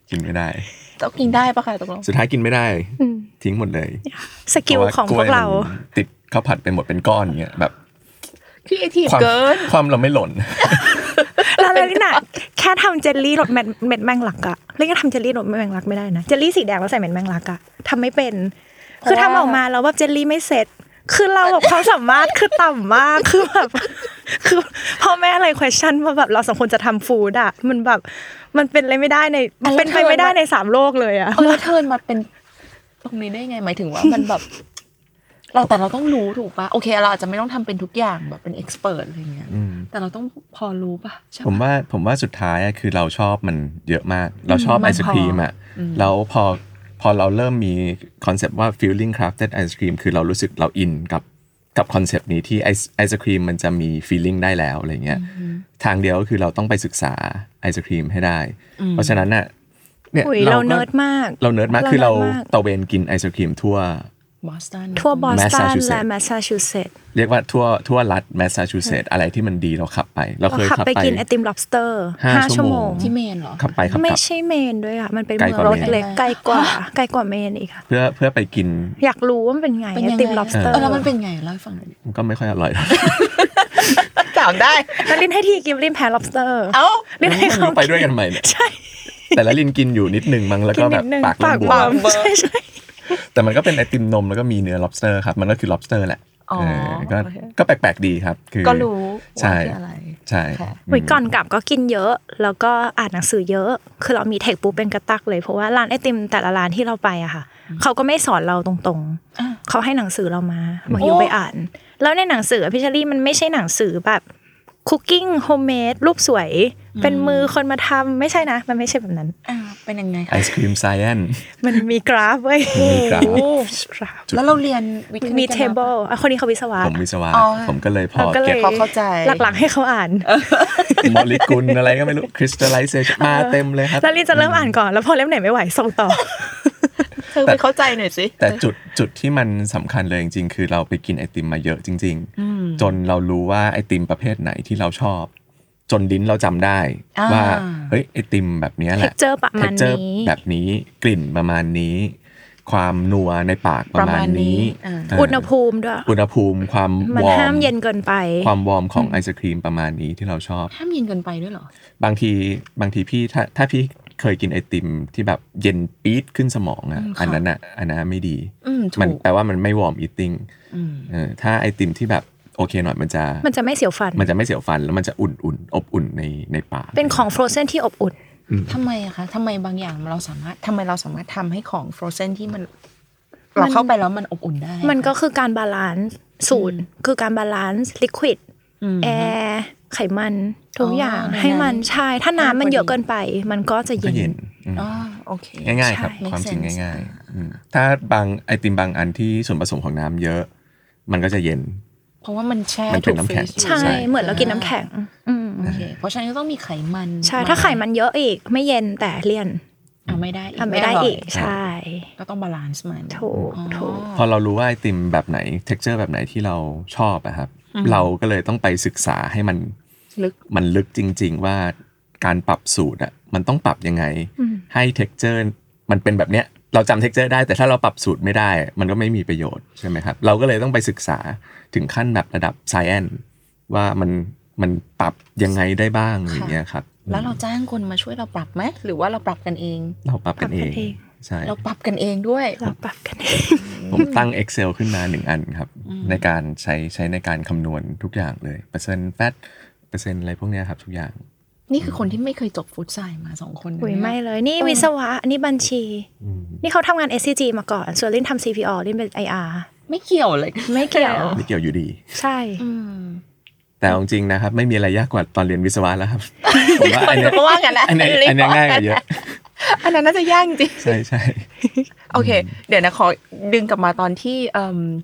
กินไม่ได้ต้องกินได้ปะคะตกลงสุดท้ายกินไม่ได้ทิ้งหมดเลยสกิลของพวกเราติดข้าวผัดไปหมดเป็นก้อนอย่างเงี้ยแบบครีเอทีฟความเกินความเราไม่หล่นแล้วนี่น่ะแค่ทำเจลลี่รสเม็ดแมงลักอะเล่นก็ทำเจลลี่รสเม็ดแมงลักไม่ได้นะเจลลี่สีแดงแล้วใส่เม็ดแมงลักอะทำไม่เป็นคือทำออกมาแล้วแบบเจลลี่ไม่เสร็จคือเราแบบความสามารถคือต่ำมากคือแบบคือพ่อแม่อะไร question ว่าแบบเราสองคนจะทำฟู้ดอะมันแบบมันเป็นอะไรไม่ได้ในเป็นไปไม่ได้ใน3โลกเลยอะแล้วเทิร์นมาเป็นตรงนี้ได้ไงหมายถึงว่ามันแบบแต่เราต้องรู้ถูกป่ะโอเคเราอาจจะไม่ต้องทำเป็นทุกอย่างแบบเป็นเอ็กซ์เพิร์ทอะไรเงี้ยแต่เราต้องพอรู้ป่ะผมว่าสุดท้ายคือเราชอบมันเยอะมากเราชอบไอศครีมอ่ะแล้วพอเราเริ่มมีคอนเซปต์ว่า feeling crafted ice cream คือเรารู้สึกเราอินกับคอนเซปต์นี้ที่ไอศครีมมันจะมี feeling ได้แล้วอะไรเงี้ยทางเดียวก็คือเราต้องไปศึกษาไอศครีมให้ได้เพราะฉะนั้นน่ะเนี่ยเราเนิร์ดมากคือเราตะเวนกินไอศครีมทั่วบอสตันทั่วบอสตันและแมสซาชูเซตส์เรียกว่าทั่วรัฐแมสซาชูเซตส์อะไรที่มันดีเราขับไปเราเคยขับไปกินไอติม lobster 5 ชั่วโมงที่เมนเหรอขับไปไม่ใช่เมนด้วยอ่ะมันเป็นเมืองรถเล็กไกลกว่าเมนอีกค่ะเพื่อไปกินอยากรู้ว่ามันเป็นไงไอติม lobster แล้วมันเป็นไงเล่าให้ฟังหน่อยมันก็ไม่ค่อยอร่อยถามได้แล้วลินให้ทีกินลินแพ้ lobster ลินให้เขาไปด้วยกันใหม่ใช่แต่ละลินกินอยู่นิดนึงมั้งแล้วก็แบบปากบวมใช่แต่มันก็เป็นไอติมนมแล้วก็มีเนื้อ lobster ครับมันก็คือ lobster แหละก็แปลกๆดีครับคือก็รู้ว่าคืออะไรใช่ก่อนกลับก็กินเยอะแล้วก็อ่านหนังสือเยอะคือเรามีเทคปุ๊บเป็นกระตักเลยเพราะว่าร้านไอติมแต่ละร้านที่เราไปอะค่ะเขาก็ไม่สอนเราตรงๆเขาให้หนังสือเรามาบอกอยู่ไปอ่านแล้วในหนังสือพี่เชอรี่มันไม่ใช่หนังสือแบบคุกกิ้งโฮมเมดรูปสวยเป็นมือคนมาทำไม่ใช่นะมันไม่ใช่แบบนั้นเป็นยังไงคะไอศครีมไซแอนมันมีกราฟเว้ยมีกราฟแล้วเราเรียนมีเทเบิลคนนี้เขาวิศวะผมวิศวะผมก็เลยพอเก็บเข้าใจหลักๆให้เขาอ่านโมเลกุลอะไรก็ไม่รู้คริสตัลไลเซชันมาเต็มเลยครับแล้วลินจะเริ่มอ่านก่อนแล้วพอเล่มไหนไม่ไหวส่งต่อเธอไปเข้าใจหน่อยสิแต่จุดที่มันสำคัญเลยจริงๆคือเราไปกินไอติมมาเยอะจริงๆจนเรารู้ว่าไอติมประเภทไหนที่เราชอบจนลิ้นเราจำได้ว่าเฮ้ยไอติมแบบนี้แหละ texture ประมาณนี้แบบนี้กลิ่นประมาณนี้ความนัวในปากประมาณนี้อุณหภูมิด้วยอุณหภูมิความวอร์มห้ามเย็นเกินไปความวอร์มของไอศครีมประมาณนี้ที่เราชอบห้ามเย็นเกินไปด้วยเหรอบางทีพี่ถ้าพี่เคยกินไอติมที่แบบเย็นปี๊ดขึ้นสมองอ่ะอันนั้นไม่ดีมันแปลว่ามันไม่วอร์มอีทติ้งถ้าไอติมที่แบบโอเคหน่อยมันจะไม่เสียวฟันแล้วมันจะอุ่นอบอุ่นในปากเป็นของฟรอเซนที่อบอุ่นทำไมอะคะทำไมบางอย่างเราสามารถทำให้ของฟรอเซนที่มันเราเข้าไปแล้วมันอบอุ่นได้มันก็คือการบาลานซ์สูตรคือการบาลานซ์ลิควิดแอร์ไขมันทุกอย่างให้มันใช่ถ้าน้ำมันเยอะเกินไปมันก็จะเย็นโอเคง่ายๆครับความจริงง่ายๆถ้าบางไอติมบางอันที่ส่วนผสมของน้ำเยอะมันก็จะเย็นเพราะว่ามันแช่มันเป็นน้ำแข็งใช่เหมือนเรากินน้ำแข็งโอเคเพราะฉะนั้นก็ต้องมีไขมันใช่ถ้าไขมันเยอะอีกไม่เย็นแต่เลี่ยนไม่ได้อีกใช่ก็ต้องบาลานซ์มันถูกพอเรารู้ว่าไอติมแบบไหน texture แบบไหนที่เราชอบอะครับเราก็เลยต้องไปศึกษาให้มันลึกจริงๆว่าการปรับสูตรอะมันต้องปรับยังไงให้ texture มันเป็นแบบเนี้ยเราจำ texture ได้แต่ถ้าเราปรับสูตรไม่ได้มันก็ไม่มีประโยชน์ใช่ไหมครับเราก็เลยต้องไปศึกษาถึงขั้นแบบระดับ science ว่ามันปรับยังไงได้บ้างอย่างเงี้ยครับแล้วเราจ้างคนมาช่วยเราปรับไหมหรือว่าเราปรับกันเองเราปรับกันเองใช่เราปรับกันเองด้วยเราปรับกันเองผมตั้ง Excel ขึ้นมา1อันครับในการใช้ในการคำนวณทุกอย่างเลยเปอร์เซ็นต์แฟตเปอร์เซ็นต์อะไรพวกนี้ครับทุกอย่างนี่คือคนที่ไม่เคยจบฟู้ดไซน์มา2คนไม่เลยนี่วิศวะนี่บัญชีนี่เขาทำงาน SCG มาก่อนส่วนลินทำ CPO ลินเป็น IR ไม่เกี่ยวเลยไม่เกี่ยวอยู่ดีใช่แต่จริงๆนะครับไม่มีอะไรยากกว่าตอนเรียนวิศวะแล้วครับผมว่าอันนี้อันนี้ง่ายกว่าเยอะอันนั้นน่าจะยากจริงใช่โอเคเดี๋ยวนะขอดึงกลับมาตอนที่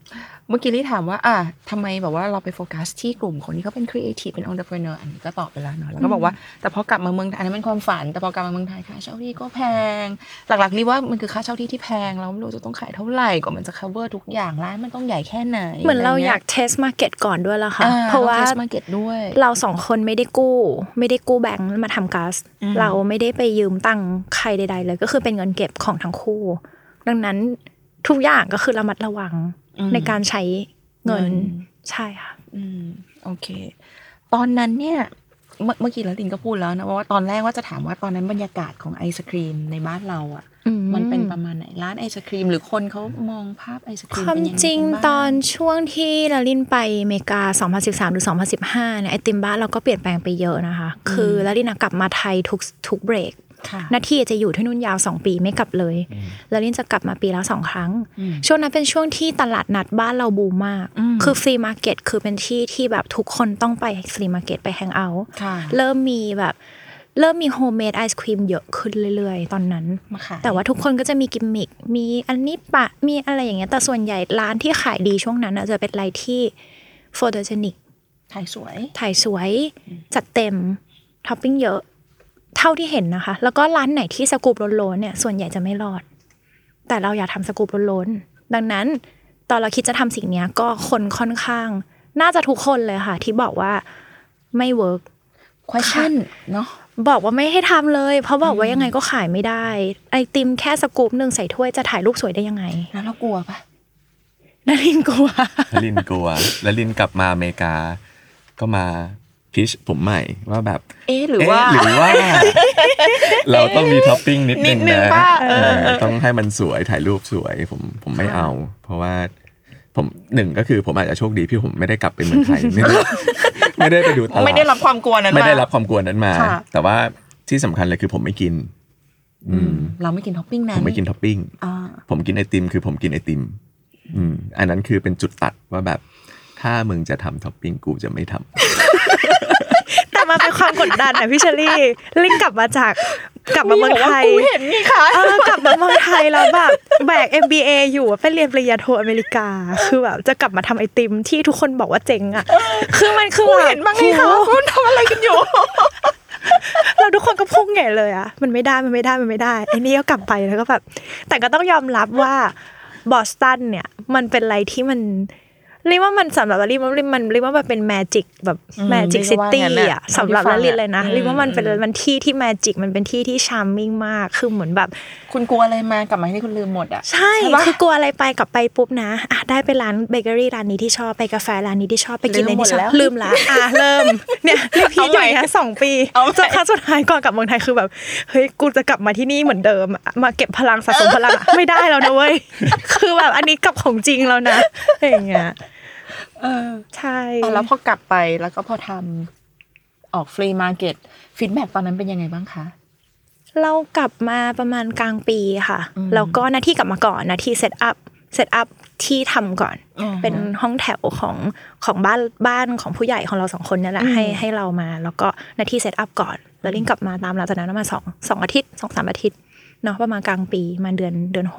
เมื่อกี้ลี่ถามว่าทำไมแบบว่าเราไปโฟกัสที่กลุ่มคนที่เขาเป็นครีเอทีฟเป็น entrepreneur อันนี้ก็ตอบไปแล้วเนาะแล้วก็บอกว่าแต่พอกลับมาเมืองไทยอันนั้นเป็นความฝันแต่พอกลับมาเมืองไทยค่าเช่าที่ก็แพงหลักๆลี่ว่ามันคือค่าเช่าที่ที่แพงเราไม่รู้จะต้องขายเท่าไหร่กว่ามันจะ cover ทุกอย่างร้านมันต้องใหญ่แค่ไหนเหมือนเราอยาก test market ก่อนด้วยล่ะค่ะเพราะว่า test market ด้วยเรา2คนไม่ได้กู้แบงค์มาทำก๊าซเราไม่ได้ไปยืมตังค์ใครใดๆเลยก็คือเป็นเงินเก็บของทั้งคู่ดังนั้นทุกอย่างก็คือระมัดระวังในการใช้เงินใช่ค่ะโอเคตอนนั้นเนี่ยเมื่อกี้แล้วลินก็พูดแล้วนะว่าตอนแรกว่าจะถามว่าตอนนั้นบรรยากาศของไอศครีมในบ้านเราอ่ะมันเป็นประมาณไหนร้านไอศครีมหรือคนเขามองภาพไอศครีมเป็นยังไงความจริงตอนช่วงที่ลาลินไปอเมริกา2013หรือ2015เนี่ยไอติมบ้านเราก็เปลี่ยนแปลงไปเยอะนะคะคือลาลินกลับมาไทยทุกเบรกหน้าที่จะอยู่ที่นู่นยาว2ปีไม่กลับเลยแล้วลินจะกลับมาปีละ2ครั้งช่วงนั้นเป็นช่วงที่ตลาดนัดบ้านเราบูมมากคือฟรีมาร์เก็ตคือเป็นที่ที่แบบทุกคนต้องไปฟรีมาร์เก็ตไปแฮงเอาท์เริ่มมีโฮมเมดไอศครีมเยอะขึ้นเรื่อยๆตอนนั้นแต่ว่าทุกคนก็จะมีกิมมิคมีอันนี้มีอะไรอย่างเงี้ยแต่ส่วนใหญ่ร้านที่ขายดีช่วงนั้นจะเป็นอะไรที่โฟโตเจนิกถ่ายสวยจัดเต็มท็อปปิ้งเยอะเท่าที่เห็นนะคะแล้วก็ร้านไหนที่สกูปโล้นๆเนี่ยส่วนใหญ่จะไม่รอดแต่เราอยากทำสกูปโล้นๆดังนั้นตอนเราคิดจะทำสิ่งนี้ก็คนค่อนข้างน่าจะทุกคนเลยค่ะที่บอกว่าไม่เวิร์ก question เนาะบอกว่าไม่ให้ทำเลยเพราะบอกว่ายังไงก็ขายไม่ได้ไอติมแค่สกูป1ใส่ถ้วยจะถ่ายรูปสวยได้ยังไงแล้วเรากลัวปะนารินกลัวแล้วลินกลับมาอเมริกาก็มาพิชผมใหม่ว่าแบบหรือว่าเราต้องมีท็อปปิ้งนิดนึงนะต้องให้มันสวยถ่ายรูปสวยผมไม่เอาเพราะว่าผม1ก็คือผมอาจจะโชคดีที่ผมไม่ได้กลับไปเมืองไทยไม่ได้ไปดูตลาดไม่ได้รับความกลัวนั้นมาแต่ว่าที่สำคัญเลยคือผมไม่กินเราไม่กินท็อปปิ้งนั้นผมไม่กินท็อปปิ้งผมกินไอติมคือผมกินไอติมอันนั้นคือเป็นจุดตัดว่าแบบถ้ามึงจะทำท็อปปิ้งกูจะไม่ทำแต่มาเป็นความกดดันพี่เชอรี่ลิงกลับมาเมืองไทยเห็นนี่ค่ะกลับมาเมืองไทยแล้วแบบแบก MBA อยู่ไปเรียนปริญญาโทอเมริกาคือแบบจะกลับมาทำไอติมที่ทุกคนบอกว่าเจ๋งอ่ะคือมันคือเห็นบ้างไหมคะคุณทำอะไรกันอยู่เราทุกคนก็พุ่งใหญ่เลยอ่ะมันไม่ได้ไอ้นี่ก็กลับไปแล้วก็แบบแต่ก็ต้องยอมรับว่าบอสตันเนี่ยมันเป็นอะไรที่มันเรียกว่ามันสำหรับลิมันเรียกว่ามันเป็นแมจิกแบบแมจิกซิตี้อ่ะสำหรับลิเลยนะเรียกว่ามันเป็นมันที่แมจิกมันเป็นที่ชาร์มมิ่งมากคือเหมือนแบบคุณกลัวอะไรมากลับมาที่คุณลืมหมดอ่ะใช่คือกลัวอะไรไปกลับไปปุ๊บนะได้ไปร้านเบเกอรี่ร้านนี้ที่ชอบไปกาแฟร้านนี้ที่ชอบไปกินอะไรที่ชอบลืมละเริ่มเนี่ยพี่อยู่แค่2 ปีจนครั้งสุดท้ายก่อนกลับเมืองไทยคือแบบเฮ้ยกูจะกลับมาที่นี่เหมือนเดิมมาเก็บพลังสะสมพลังไม่ได้แล้วนะเว้ยคือแบบอันนี้กลับของจริงแล้วนะอย่างเงี้ยใช่แล้วพอกลับไปแล้วก็พอทำออกฟรีมาร์เก็ตฟีดแบ็กตอนนั้นเป็นยังไงบ้างคะเรากลับมาประมาณกลางปีค่ะแล้วก็หน้าที่กลับมาก่อนหน้าที่เซตอัพที่ทำก่อนเป็นห้องแถวของบ้านของผู้ใหญ่ของเรา2คนนี่แหละให้เรามาแล้วก็หน้าที่เซตอัพก่อนแล้วลิงกลับมาตามหลังจากนั้นมา2อาทิตย์ 2-3 อาทิตย์เนาะประมาณกลางปีมาเดือน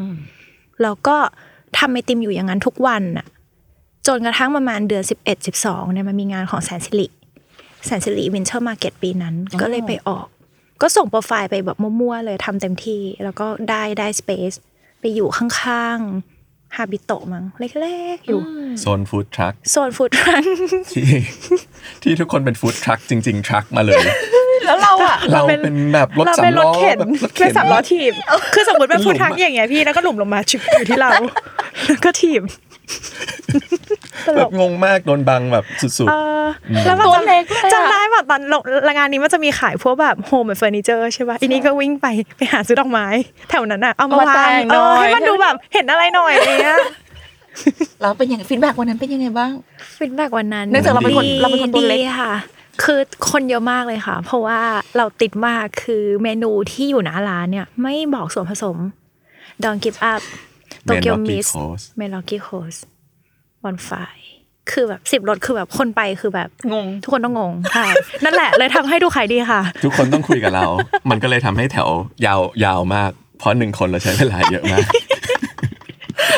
6แล้วก็ทำไอติมอยู่อย่างนั้นทุกวันน่ะจนกระทั่งประมาณเดือน11-12เนี่ยมันมีงานของแสนสิริวินเทอร์มาร์เก็ตปีนั้นก็เลยไปออกก็ส่งโปรไฟล์ไปแบบมั่วๆเลยทำเต็มที่แล้วก็ได้สเปซไปอยู่ข้างๆฮาบิโตะมั้งเล็กๆอยู่โซนฟู้ดทรัคที่ทุกคนเป็นฟู้ดทรัคจริงๆทรัคมาเลยแล้วเราเป็นแบบรถสามล้อเป็น3 ล้อถีบคือสมมติเป็นฟู้ดทรัคอย่างเงี้ยพี่แล้วก็หลุมลงมาชึกอยู่ที่เราแล้วก็ถีบแบบงงมากโดนบังแบบสุดๆแล้วมันจำได้แบบตอนงานนี้มันจะมีขายพวกแบบโฮมเฟอร์นิเจอร์ใช่ป่ะอีนี้ก็วิ่งไปหาซื้อดอกไม้แถวนั้นอ่ะเอามาวางให้มันดูแบบเห็นอะไรหน่อยอะไรเงี้ยแล้วเป็นยังไงฟีดแบ็กวันนั้นเป็นยังไงบ้างฟีดแบ็กวันนั้นเนื่องจากเราเป็นคนตัวเล็กค่ะคือคนเยอะมากเลยค่ะเพราะว่าเราติดมากคือเมนูที่อยู่หน้าร้านเนี่ยไม่บอกส่วนผสม Don't give up Tokyo Mist Melody Coast วันไฟคือแบบ10 รถคือแบบคนไปคือแบบงงทุกคนต้องงงค่ะนั่นแหละเลยทำให้ดูขายดีค่ะทุกคนต้องคุยกับเรามันก็เลยทำให้แถวยาวมากเพราะ1 คนเราใช้เวลาเยอะมากแต่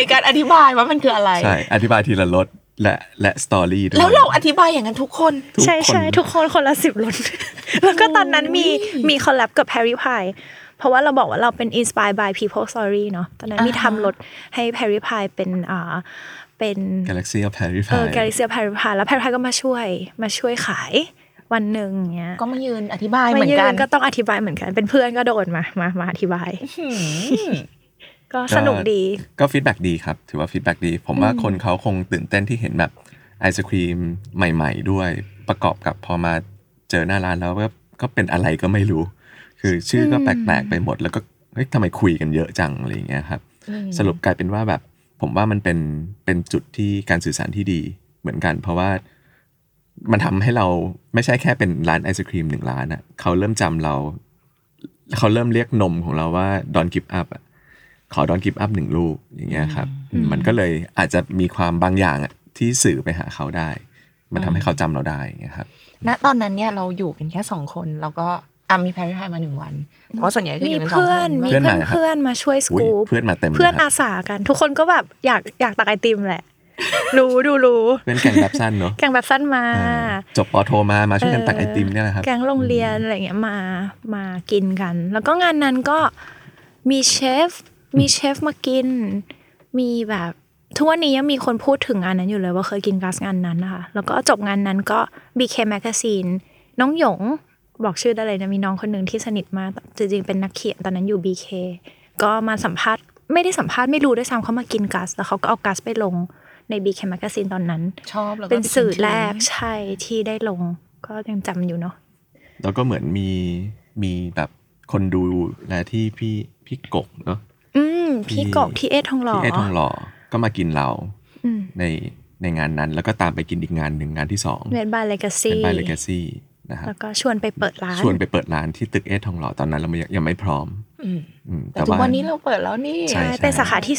การอธิบายว่ามันคืออะไรใช่อธิบายทีละรสและสตอรี่ด้วยแล้วเราอธิบายอย่างนั้นทุกคนใช่ทุกคนคนละ10 รส แล้วก็ตอนนั้นมีคอลแลบกับ Perry Pie เพราะว่าเราบอกว่าเราเป็น inspired by people story เนาะตอนนั้นมีทำรถให้ Perry Pie เป็น Galaxy of Perry Pie Galaxy of Perry Pie แล้ว Perry Pie ก็มาช่วยขายวันหนึ่งเงี้ยก็มายืนอธิบายเหมือนกันก็ต้องอธิบายเหมือนกันเป็นเพื่อนก็โดนมาอธิบายก็สนุกดีก็ฟีดแบ็กดีครับถือว่าฟีดแบ็กดีผมว่าคนเขาคงตื่นเต้นที่เห็นแบบไอศครีมใหม่ๆด้วยประกอบกับพอมาเจอหน้าร้านแล้วก็เป็นอะไรก็ไม่รู้คือชื่อก็แปลกๆไปหมดแล้วก็เฮ้ยทำไมคุยกันเยอะจังอะไรอย่างเงี้ยครับสรุปกลายเป็นว่าแบบผมว่ามันเป็นจุดที่การสื่อสารที่ดีเหมือนกันเพราะว่ามันทำให้เราไม่ใช่แค่เป็นร้านไอศครีม1 ร้านอ่ะเขาเริ่มจำเราเขาเริ่มเรียกนมของเราว่า Don't Give Up อ่ะขอ Don't Give Up 1 ลูกอย่างเงี้ยครับมันก็เลยอาจจะมีความบางอย่างอ่ะที่สื่อไปหาเขาได้มันทำให้เขาจำเราได้อย่างเงี้ยครับณตอนนั้นเนี่ยเราอยู่กันแค่2 คนแล้วก็มีแพรี่ไทยมา1 วันแต่ว่าส่วนใหญ่ก็อยู่กัน2 คนมีเพื่อนมาช่วยสกู๊ปเพื่อนมาเต็มเพื่อนอาสากันทุกคนก็แบบอยากตักไอติมแหละรู้เป็นแก๊งแบบสั้นเนอะแก๊งแบบสั้นมาจบป.โทมาช่วยกันตักไอติมเนี่ยแหละครับแก๊งโรงเรียนอะไรเงี้ยมากินกันแล้วก็งานนั้นก็มีเชฟมากินมีแบบทุกวันนี้ยังมีคนพูดถึงงานนั้นอยู่เลยว่าเคยกินก๊าซงานนั้นนะคะแล้วก็จบงานนั้นก็ BK Magazine น้องหยงบอกชื่อได้เลยนะมีน้องคนนึงที่สนิทมากจริงๆเป็นนักเขียนตอนนั้นอยู่ BK ก็มาสัมภาษณ์ไม่ได้สัมภาษณ์ไม่รู้ด้วยซ้ำเขามากินก๊าซแล้วเขาก็เอาก๊าซไปลงใน BK Magazine ตอนนั้นชอบแล้วเป็นสื่อแรกใช่ที่ได้ลงก็ยังจำอยู่เนาะแล้วก็เหมือนมีแบบคนดูและที่พี่กกเนาะพี่กกที่เอทองหล่อก็มากินเราในงานนั้นแล้วก็ตามไปกินอีกงานหนึ่งงานที่2 เป็นบายเลกาซี่นะครับแล้วก็ชวนไปเปิดร้านที่ตึกเอทองหล่อตอนนั้นเรายังไม่พร้อมแต่ทุกวันนี้เราเปิดแล้วนี่ใช่เป็นสาขาที่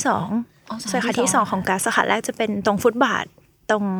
2สาขาที่2ของก๊าซสาขาแรกจะเป็นตรงฟุตบาทตรง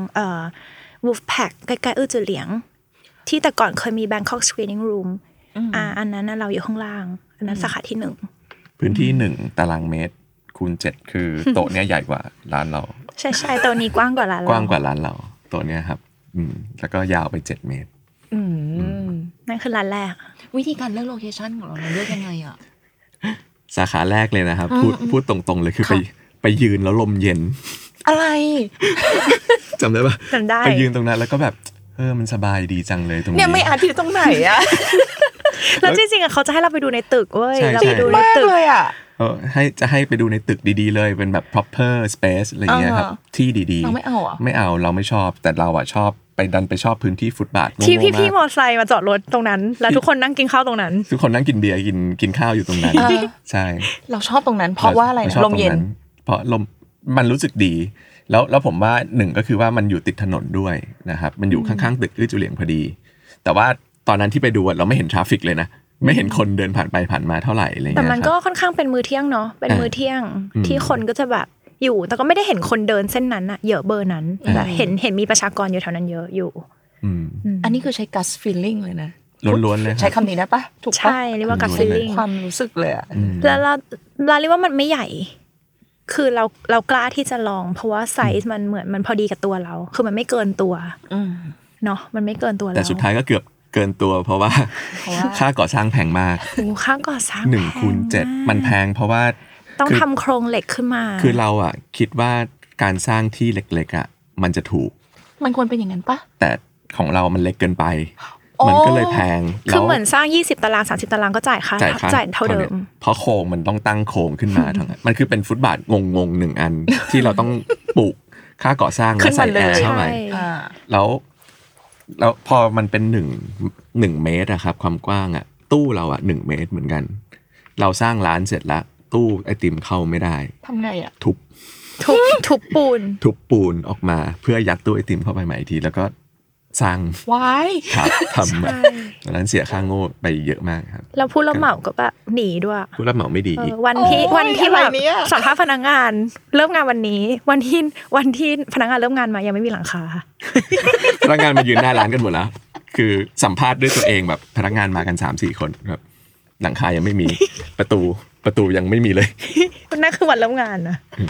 Wolfpack ใกล้ๆจือเหลียงที่แต่ก่อนเคยมี Bangkok Screening Room อันนั้นเราอยู่ข้างล่างอันนั้นสาขาที่1 พื้นที่1 ตารางเมตรคูณ7คือโต๊ะเนี้ยใหญ่กว่าร้านเราใช่ๆโต๊ะนี้กว้างกว่าร้านเราโต๊ะเนี้ยครับแล้วก็ยาวไป7 เมตรนั่นคือร้านแรกวิธีการเลือกโลเคชั่นของเราเลือกยังไงอ่ะสาขาแรกเลยนะครับพูดตรงๆเลยคือไปยืนแล้วลมเย็นอะไรจำได้ปะจำได้ไปยืนตรงนั้นแล้วก็แบบมันสบายดีจังเลยตรงนี้เนี่ยไม่อาทิตย์ตรงไหนอะแล้วจริงๆเขาจะให้เราไปดูในตึกเว้ยเราไปดูในตึกเลยอะให้ไปดูในตึกดีๆเลยเป็นแบบ proper space อะไรเงี้ยครับที่ดีๆเราไม่เอาเราไม่ชอบแต่เราอะชอบไปชอบพื้นที่ฟุตบาทที่พี่มอไซค์มาจอดรถตรงนั้นแล้วทุกคนนั่งกินข้าวตรงนั้นทุกคนนั่งกินเบียร์กินข้าวอยู่ตรงนั้นใช่เราชอบตรงนั้นเพราะว่าอะไรลมเย็นเพราะลมมันรู้สึกดีแล้วผมว่า1ก็คือว่ามันอยู่ติดถนนด้วยนะครับมันอยู่ข้างๆตึกอื้อจุเหลียงพอดีแต่ว่าตอนนั้นที่ไปดูเราไม่เห็นทราฟฟิกเลยนะไม่เห็นคนเดินผ่านไปผ่านมาเท่าไหร่อะไรเงี้ยแต่มันก็ค่อนข้างเป็นมื้อเที่ยงเนาะเป็นมื้อเที่ยงที่คนก็จะแบบอยู่แต่ก็ไม่ได้เห็นคนเดินเส้นนั้นอะเยอะเบอร์นั้นแต่เห็นมีประชากรอยู่แถวนั้นเยอะอยู่อันนี้คือใช้ gut feeling เลยนะล้วนๆเลยใช้คำนี้ได้ปะถูกปะใช่เรียกว่า gut feeling ความรู้สึกเลยอะแล้วเราเรียกว่ามันไม่ใหญ่คือเรากล้าที่จะลองเพราะว่าไซส์มันเหมือนมันพอดีกับตัวเราคือมันไม่เกินตัวเนาะมันไม่เกินตัวเราแต่สุดท้ายก็เกือบเกินตัวเพราะว่าค่าก่อสร้างแพงมากค่าก่อสร้าง 1/7มันแพงเพราะว่าต้องทำโครงเหล็กขึ้นมาคือเราอ่ะคิดว่าการสร้างที่เล็กๆอ่ะมันจะถูกมันควรเป็นอย่างนั้นปะแต่ของเรามันเล็กเกินไปมันก็เลยแพงคือเหมือนสร้าง20 ตาราง30 ตารางก็จ่ายเท่าเดิมเพราะโครงมันต้องตั้งโครงขึ้นมาทั้งนั้นมันคือเป็นฟุตบาทงง1อันที่เราต้องปลูกค่าก่อสร้างและใส่แอร์เข้าไปแล้วพอมันเป็น1 เมตรอะครับความกว้างอะตู้เราอะ1 เมตรเหมือนกันเราสร้างร้านเสร็จแล้วตู้ไอติมเข้าไม่ได้ทำไงอะทุบปูนออกมาเพื่อยัดตู้ไอติมเข้าไปใหม่อีกทีแล้วก็สร้างครับทำตอนนั้นเสียค่าโง่ไปเยอะมากครับแล้วผู้รับเหมาก็แบบหนีด้วยผู้รับเหมาไม่ดีวันที่แบบสัมภาษณ์พนักงานเริ่มงานวันนี้วันที่พนักงานเริ่มงานมายังไม่มีหลังคาพนักงานมายืนหน้าร้านกันหมดแล้วคือสัมภาษณ์ด้วยตัวเองแบบพนักงานมากัน 3-4 คนแบบหลังคายังไม่มีประตูยังไม่มีเลยนั่นคือวันเริ่มงานนะ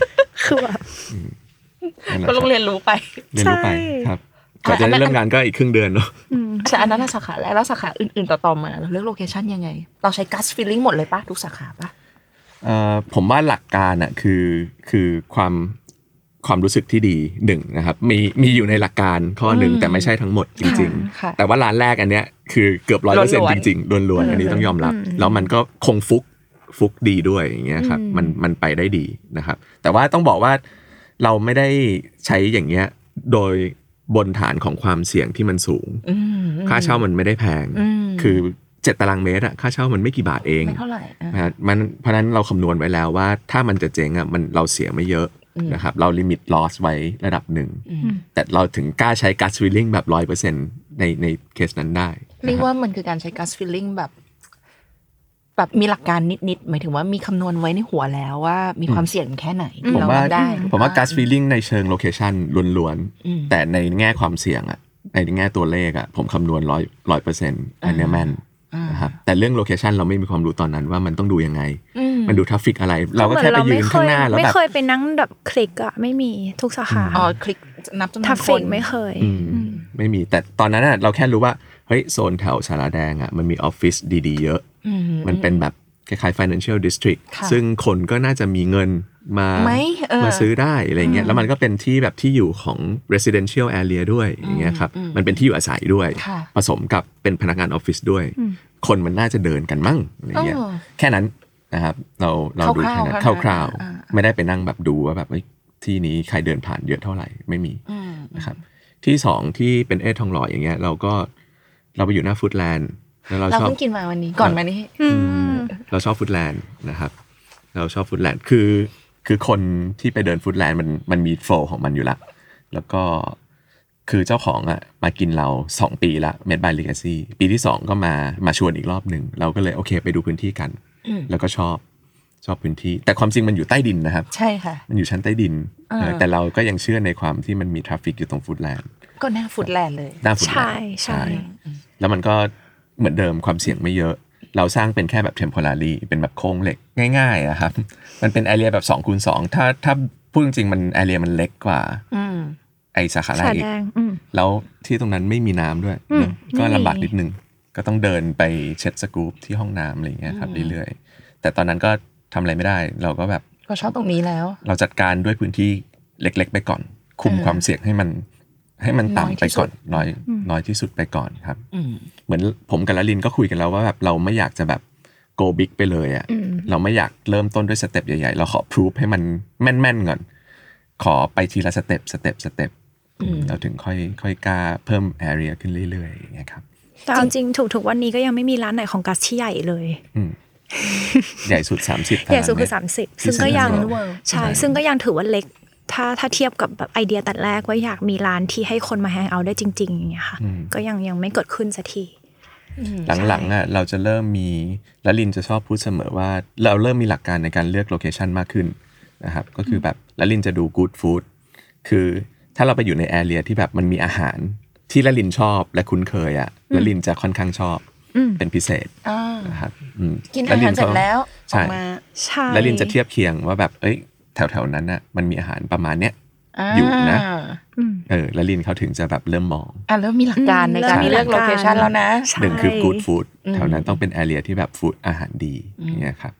คือแบบก็ต้องเรียนรู้ไปเรียนรู้ไปครับก่อนจะได้เริ่มงานก็อีกครึ่งเดือนเนาะใช่อันนั้นสาขาแรกแล้วสาขาอื่นๆต่อมาเราเลือกโลเคชั่นยังไงเราใช้ gut feeling หมดเลยปะทุกสาขาปะผมว่าหลักการอ่ะคือความรู้สึกที่ดีหนึ่งนะครับมีอยู่ในหลักการข้อหนึ่งแต่ไม่ใช่ทั้งหมดจริงๆแต่ว่าร้านแรกอันเนี้ยคือเกือบ 100% จริงๆล้วนๆอันนี้ต้องยอมรับแล้วมันก็คงฟุกดีด้วยอย่างเงี้ยครับมันไปได้ดีนะครับแต่ว่าต้องบอกว่าเราไม่ได้ใช้อย่างเงี้ยโดยบนฐานของความเสี่ยงที่มันสูงค่าเช่ามันไม่ได้แพงคือ7 ตารางเมตรอะค่าเช่ามันไม่กี่บาทเองไม่เท่าไหร่มันเพราะนั้นเราคำนวณไว้แล้วว่าถ้ามันจะเจ๊งอะเราเสียไม่เยอะนะครับเราลิมิต loss ไว้ระดับหนึ่งแต่เราถึงกล้าใช้ gut feeling แบบ 100% ในเคสนั้นได้เรียกว่ามันคือการใช้ gut feeling แบบมีหลักการนิดๆหมายถึงว่ามีคำนวณไว้ในหัวแล้วว่ามีความเสี่ยงแค่ไหนที่เรารับได้ผมว่า gut feeling ในเชิง location ล้วนๆแต่ในแง่ความเสี่ยงอะในแง่ตัวเลขอะผมคำนวณ100%อันนี้แม่นนะครับแต่เรื่องโลเคชันเราไม่มีความรู้ตอนนั้นว่ามันต้องดูยังไงมันดูทราฟฟิกอะไรเราก็แค่ไปยืนข้างหน้าแล้วแบบไม่เคยไปนั่งแบบคลิกอะไม่มีทุกสาขาคลิกนับจำนวนคนทราฟฟิกไม่เคยไม่มีแต่ตอนนั้นเราแค่รู้ว่าเฮ้ยโซนแถวสาราแดงอะมันมีออฟฟิศดีๆเยอะมันเป็นแบบคล้ายๆ financial district ซึ่งคนก็น่าจะมีเงินมาซื้อได้อะไรเงี้ยแล้วมันก็เป็นที่แบบที่อยู่ของ residential area ด้วยอย่างเงี้ยครับมันเป็นที่อยู่อาศัยด้วยผสมกับเป็นพนักงานออฟฟิศด้วยคนมันน่าจะเดินกันมั่งอะไรเงี้ยแค่นั้นนะครับเราดูแค่นั้นคร่าวๆไม่ได้ไปนั่งแบบดูว่าแบบที่นี้ใครเดินผ่านเยอะเท่าไหร่ไม่มีนะครับที่สองที่เป็นทองหล่ออย่างเงี้ยเราไปอยู่หน้าฟู้ดแลนด์แล้วเราเพิ่งกินมาวันนี้ก่อนมานี่เราชอบฟู้ดแลนด์นะครับเราชอบฟู้ดแลนด์คือคนที่ไปเดินฟู้ดแลนด์มันมีโฟล์ของมันอยู่ละแล้วก็คือเจ้าของอ่ะมากินเรา2 ปีละ Made by Legacy ปีที่2ก็มาชวนอีกรอบหนึ่งเราก็เลยโอเคไปดูพื้นที่กันแล้วก็ชอบพื้นที่แต่ความจริงมันอยู่ใต้ดินนะครับใช่ค่ะมันอยู่ชั้นใต้ดินแต่เราก็ยังเชื่อในความที่มันมีทราฟฟิกอยู่ตรงฟู้ดแลนด์ก็หน้าฟู้ดแลนด์เลยหน้าฟู้ดแลนด์ใช่แล้วมันก็เหมือนเดิมความเสี่ยงไม่เยอะเราสร้างเป็นแค่แบบ temporary เป็นแบบโครงเหล็กง่ายๆอะครับมันเป็น area แบบ 2x2 ถ้าพูดจริงๆมัน area มันเล็กกว่าไอสาขาแรกอีกแล้วที่ตรงนั้นไม่มีน้ำด้วยก็ลำบากนิดนึงก็ต้องเดินไปเช็ดสกู๊ปที่ห้องน้ำอะไรเงี้ยครับเรื่อยๆแต่ตอนนั้นก็ทำอะไรไม่ได้เราก็แบบก็ชอบตรงนี้แล้วเราจัดการด้วยพื้นที่เล็กๆไปก่อนคุมความเสี่ยงให้มันต่ำไปก่อนน้อยที่สุดไปก่อนครับเหมือนผมกับลลินก็คุยกันแล้วว่าแบบเราไม่อยากจะแบบ go big ไปเลยอ่ะเราไม่อยากเริ่มต้นด้วยสเต็ปใหญ่ๆเราขอ prove ให้มันแม่นๆก่อนขอไปทีละสเต็ปเราถึงค่อยกล้าเพิ่ม area ขึ้นเรื่อยๆอย่างเงี้ยครับแต่จริงๆถูกวันนี้ก็ยังไม่มีร้านไหนของกัสที่ใหญ่เลยใหญ่สุด30 ใหญ่สุดคือ30ซึ่งก็ยังใช่ซึ่งก็ยังถือว่าเล็กถ้าเทียบกับแบบไอเดียแต่แรกว่าอยากมีร้านที่ให้คนมาแฮงเอาท์ได้จริงๆอย่างเงี้ยค่ะก็ยังไม่เกิดขึ้นสักทีหลังๆอ่ะเราจะเริ่มมีและลินจะชอบพูดเสมอว่าเราเริ่มมีหลักการในการเลือกโลเคชันมากขึ้นนะครับก็คือแบบและลินจะดูกู๊ดฟู้ดคือถ้าเราไปอยู่ในแอเรียที่แบบมันมีอาหารที่ละลินชอบและคุ้นเคยอ่ะละลินจะค่อนข้างชอบเป็นพิเศษนะครับกินอาหารเสร็จแล้วออกมาและลินจะเทียบเคียงว่าแบบแถวๆนั้นน่ะมันมีอาหารประมาณเนี้ยอยู่นะแล้วลินเขาถึงจะแบบเริ่มมองเริ่มมีหลักการในการเลือกโลเคชันแล้วนะหนึ่งคือกู๊ดฟู้ดแถวนั้นต้องเป็นแอเรียที่แบบฟู้ดอาหารดีอย่างเงี้ยครับ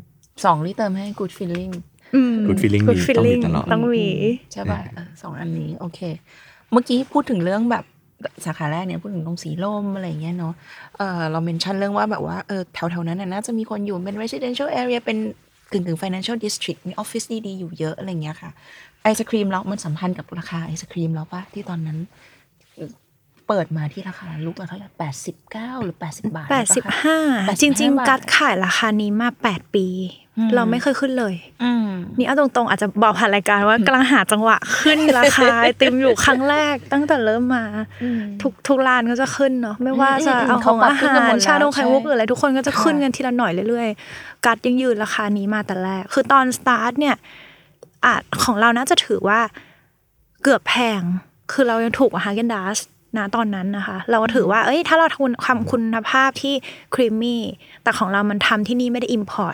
2ที่เติมให้กู๊ดฟีลลิ่งกู๊ดฟีลลิ่งต้องมีตลอดต้องมีใช่ป่ะ2อันนี้โอเคเมื่อกี้พูดถึงเรื่องแบบสาขาแรกเนี่ยพูดถึงตรงสีลมอะไรเงี้ยเนาะเราเมนชั่นเรื่องว่าแบบว่าแถวๆนั้นน่าจะมีคนอยู่เป็น residential area เป็นกึ่ง financial district มีออฟฟิศดีๆอยู่เยอะอะไรเงี้ยค่ะไอศครีมแล้วมันสัมพันธ์กับราคาไอศครีมแล้วป่ะที่ตอนนั้นเปิดมาที่ราคาลูกละเท่าไหร่89หรือ80 บาท 85จริงๆกัดขายราคานี้มา8 ปีเราไม่เคยขึ้นเลยนี่เอาตรงๆอาจจะบอกผ่านรายการว่ากำลังหาจังหวะขึ้นราคาไอติมอยู่ครั้งแรกตั้งแต่เริ่มมาทุกร้านก็จะขึ้นเนาะไม่ว่าจะเอาของอาหารชาดงไข่มุกหรืออะไรทุกคนก็จะขึ้นกันทีละหน่อยเรื่อยๆกัดยังยืนราคานี้มาแต่แรกคือตอนสตาร์ทเนี่ยของเราน่าจะถือว่าเกือบแพงคือเรายังถูกกว่าฮาเกนดัสนะตอนนั้นนะคะเราถือว่าถ้าเราทำความคุณภาพที่ครีมมี่แต่ของเรามันทำที่นี่ไม่ได้อิมพอร์ต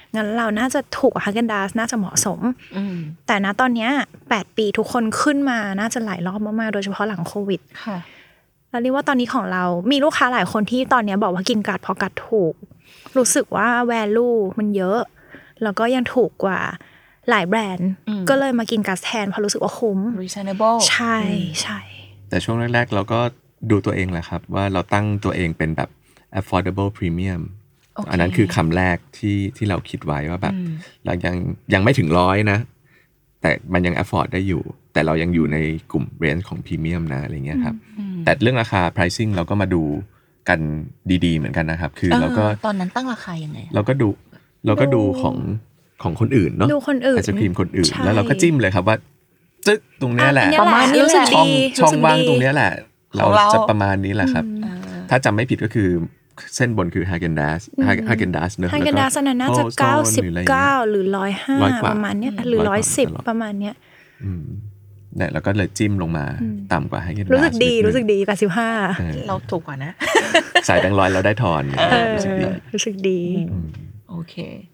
งั้นเราน่าจะถูกกว่า Häagen-Dazs น่าจะเหมาะสมแต่ณตอนเนี้ย8 ปีทุกคนขึ้นมาน่าจะหลายรอบมากๆโดยเฉพาะหลังโควิดค่ะแล้วเรียกว่าตอนนี้ของเรามีลูกค้าหลายคนที่ตอนนี้บอกว่ากินกัดเพราะกัดถูกรู้สึกว่า value มันเยอะแล้วก็ยังถูกกว่าหลายแบรนด์ก็เลยมากินกัดแทนเพราะรู้สึกว่าคุ้ม reasonable ใช่ใช่แต่ช่วงแรกๆเราก็ดูตัวเองแหละครับว่าเราตั้งตัวเองเป็นแบบ affordable premium อันนั้นคือคำแรกที่เราคิดไว้ว่าแบบเรายังไม่ถึง100นะแต่มันยัง afford ได้อยู่แต่เรายังอยู่ในกลุ่ม range ของ premium นะอะไรเงี้ยครับแต่เรื่องราคา pricing เราก็มาดูกันดีๆเหมือนกันนะครับคือเราก็ตอนนั้นตั้งราคายังไงเราก็ดูของคนอื่นเนาะดูคนอื่นไอศกรีมคนอื่นแล้วเราก็จิ้มเลยครับว่าจึ๊กตรงเนี้ยแหละประมาณนี้แหละช่องว่างตรงเนี้ยแหละเราจะประมาณนี้แหละครับถ้าจำไม่ผิดก็คือเส้นบนคือ Häagen-Dazs เนอะ Häagen-Dazs อันนั้นน่าจะ99หรือ105ประมาณเนี้ยหรือ110ประมาณเนี้ยเนี่ยเราก็เลยจิ้มลงมาต่ำกว่า Häagen-Dazs รู้สึกดี85 เราถูกกว่านะใส่แบงค์100เราได้ทอนรู้สึกดีโอเค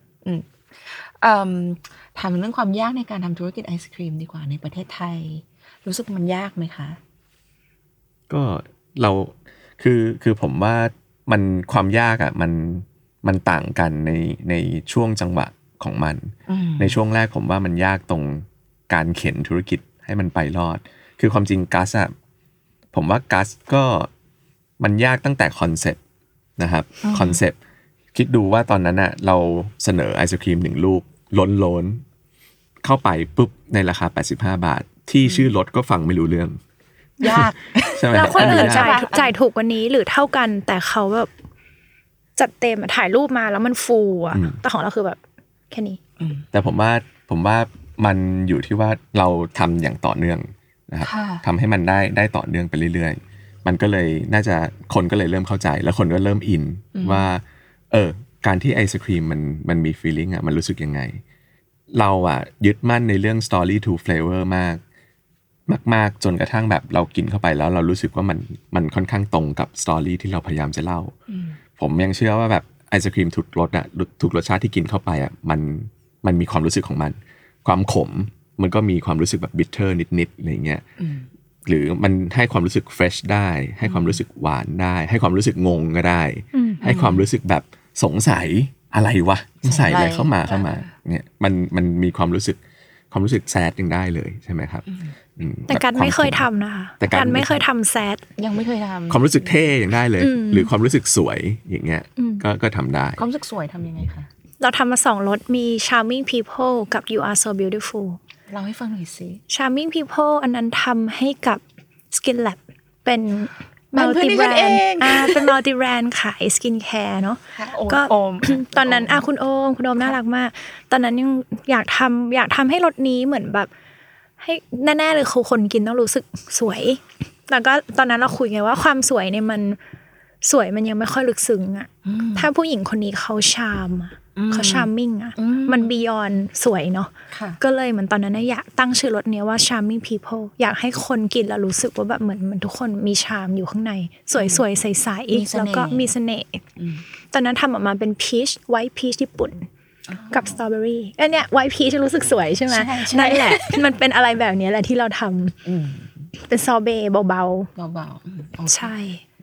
ถามเรื่องความยากในการทำธุรกิจไอศครีมดีกว่าในประเทศไทยรู้สึกมันยากไหมคะก็เราคือผมว่ามันความยากอ่ะมันต่างกันในช่วงจังหวะของมันในช่วงแรกผมว่ามันยากตรงการเข็นธุรกิจให้มันไปรอดคือความจริงกัสอ่ะผมว่ากัสก็มันยากตั้งแต่คอนเซ็ปต์นะครับคอนเซ็ปต์คิดดูว่าตอนนั้นอ่ะเราเสนอไอศครีม1ลูกล้นเข้าไปปุ๊บในราคา85 บาทที่ชื่อรถก็ฟังไม่รู้เรื่องยากใช่ไหมแล้วคนอื่นจ่ายถูกกว่านี้หรือเท่ากันแต่เขาแบบจัดเต็มถ่ายรูปมาแล้วมันฟูอ่ะแต่ของเราคือแบบแค่นี้แต่ผมว่ามันอยู่ที่ว่าเราทำอย่างต่อเนื่องนะครับทำให้มันได้ต่อเนื่องไปเรื่อยๆมันก็เลยน่าจะคนก็เลยเริ่มเข้าใจแล้วคนก็เริ่มอินว่าการที่ไอศครีมมันมี feeling อ่ะมันรู้สึกยังไงเราอ่ะยึดมั่นในเรื่อง story to flavor มากจนกระทั่งแบบเรากินเข้าไปแล้วเรารู้สึกว่ามันค่อนข้างตรงกับสตอรี่ที่เราพยายามจะเล่าผมยังเชื่อว่าแบบไอศครีมทุกรสอ่ะทุกรสชาติที่กินเข้าไปอ่ะมันมีความรู้สึกของมันความขมมันก็มีความรู้สึกแบบบิทเทอร์นิดๆอะไรเงี้ยหรือมันให้ความรู้สึกเฟรชได้ให้ความรู้สึกหวานได้ให้ความรู้สึกงงก็ได้ให้ความรู้สึกแบบสงสัยอะไรวะใส่อะไรเข้ามาเนี่ยมันมีความรู้สึกแซดยังได้เลยใช่ไหมครับแต่การไม่เคยทำนะคะแต่การไม่เคยทำแซดยังไม่เคยทำความรู้สึกเท่ยังได้เลยหรือความรู้สึกสวยอย่างเงี้ยก็ทำได้ความรู้สึกสวยทำยังไงคะเราทำมา2รสมี Charming People กับ You Are So Beautiful เราให้ฟังหน่อยสิ Charming People อันนั้นทำให้กับ Skin Lab เป็นมัลติแบรนด์เป็นมัลติแบรนด์ขายสกินแคร์เนาะก็ตอนนั้นคุณโอมน่ารักมากตอนนั้นยังอยากทำให้รสนี้เหมือนแบบให้แน่ๆเลยคนกินต้องรู้สึกสวยแล้วก็ตอนนั้นเราคุยไงว่าความสวยเนี่ยมันสวยมันยังไม่ค่อยลึกซึ้งอ่ะถ้าผู้หญิงคนนี้เขาชามเขาชาร์มมิ่งอ่ะมันบียอนสวยเนาะก็เลยเหมือนตอนนั้นอยากตั้งชื่อรสเนี้ยว่า Charming People อยากให้คนกินแล้วรู้สึกว่าแบบเหมือนทุกคนมีชาร์มอยู่ข้างในสวยๆใสๆแล้วก็มีเสน่ห์ตอนนั้นทำออกมาเป็นพีชไวท์พีชญี่ปุ่นกับสตรอเบอรี่อันเนี้ยไวท์พีชจะรู้สึกสวยใช่ไหมนั่นแหละมันเป็นอะไรแบบนี้แหละที่เราทำเป็นซอเบต์เบาๆใช่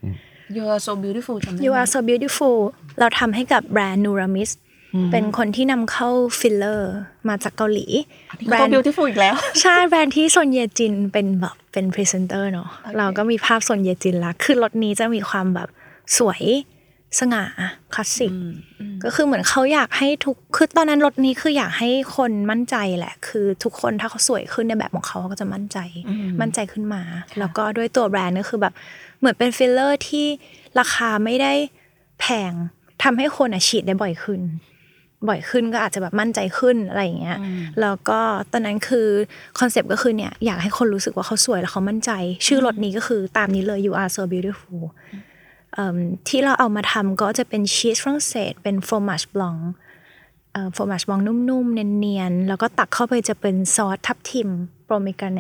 You Are So Beautiful You Are So Beautiful เราทำให้กับแบรนด์ Nuramis เป็นคนที่นำเข้าฟิลเลอร์มาจากเกาหลีแบรนด์ Beautiful อีกแล้วใช่แบรนด์ที่ซนเยจินเป็นแบบเป็นพรีเซนเตอร์เนาะเราก็มีภาพซนเยจินละคือรถนี้จะมีความแบบสวยสง่าคลาสสิกก็คือเหมือนเขาอยากให้คือตอนนั้นรถนี้คืออยากให้คนมั่นใจแหละคือทุกคนถ้าเขาสวยขึ้นในแบบของเขาก็จะมั่นใจขึ้นมาแล้วก็ด้วยตัวแบรนด์ก็คือแบบเหมือนเป็นฟิลเลอร์ที่ราคาไม่ได้แพงทำให้คนฉีดได้บ่อยขึ้นก็อาจจะแบบมั่นใจขึ้นอะไรอย่างเงี้ยแล้วก็ตอนนั้นคือคอนเซปต์ก็คือเนี่ยอยากให้คนรู้สึกว่าเขาสวยแล้วเขามั่นใจชื่อรถนี้ก็คือตามนี้เลย You Are So Beautifulที่เราเอามาทำก็จะเป็นชีสฝรั่งเศสเป็นฟรอมาจบลองนุ่มๆเนียนๆแล้วก็ตักเข้าไปจะเป็นซอสทับทิมโปรเมกราเนต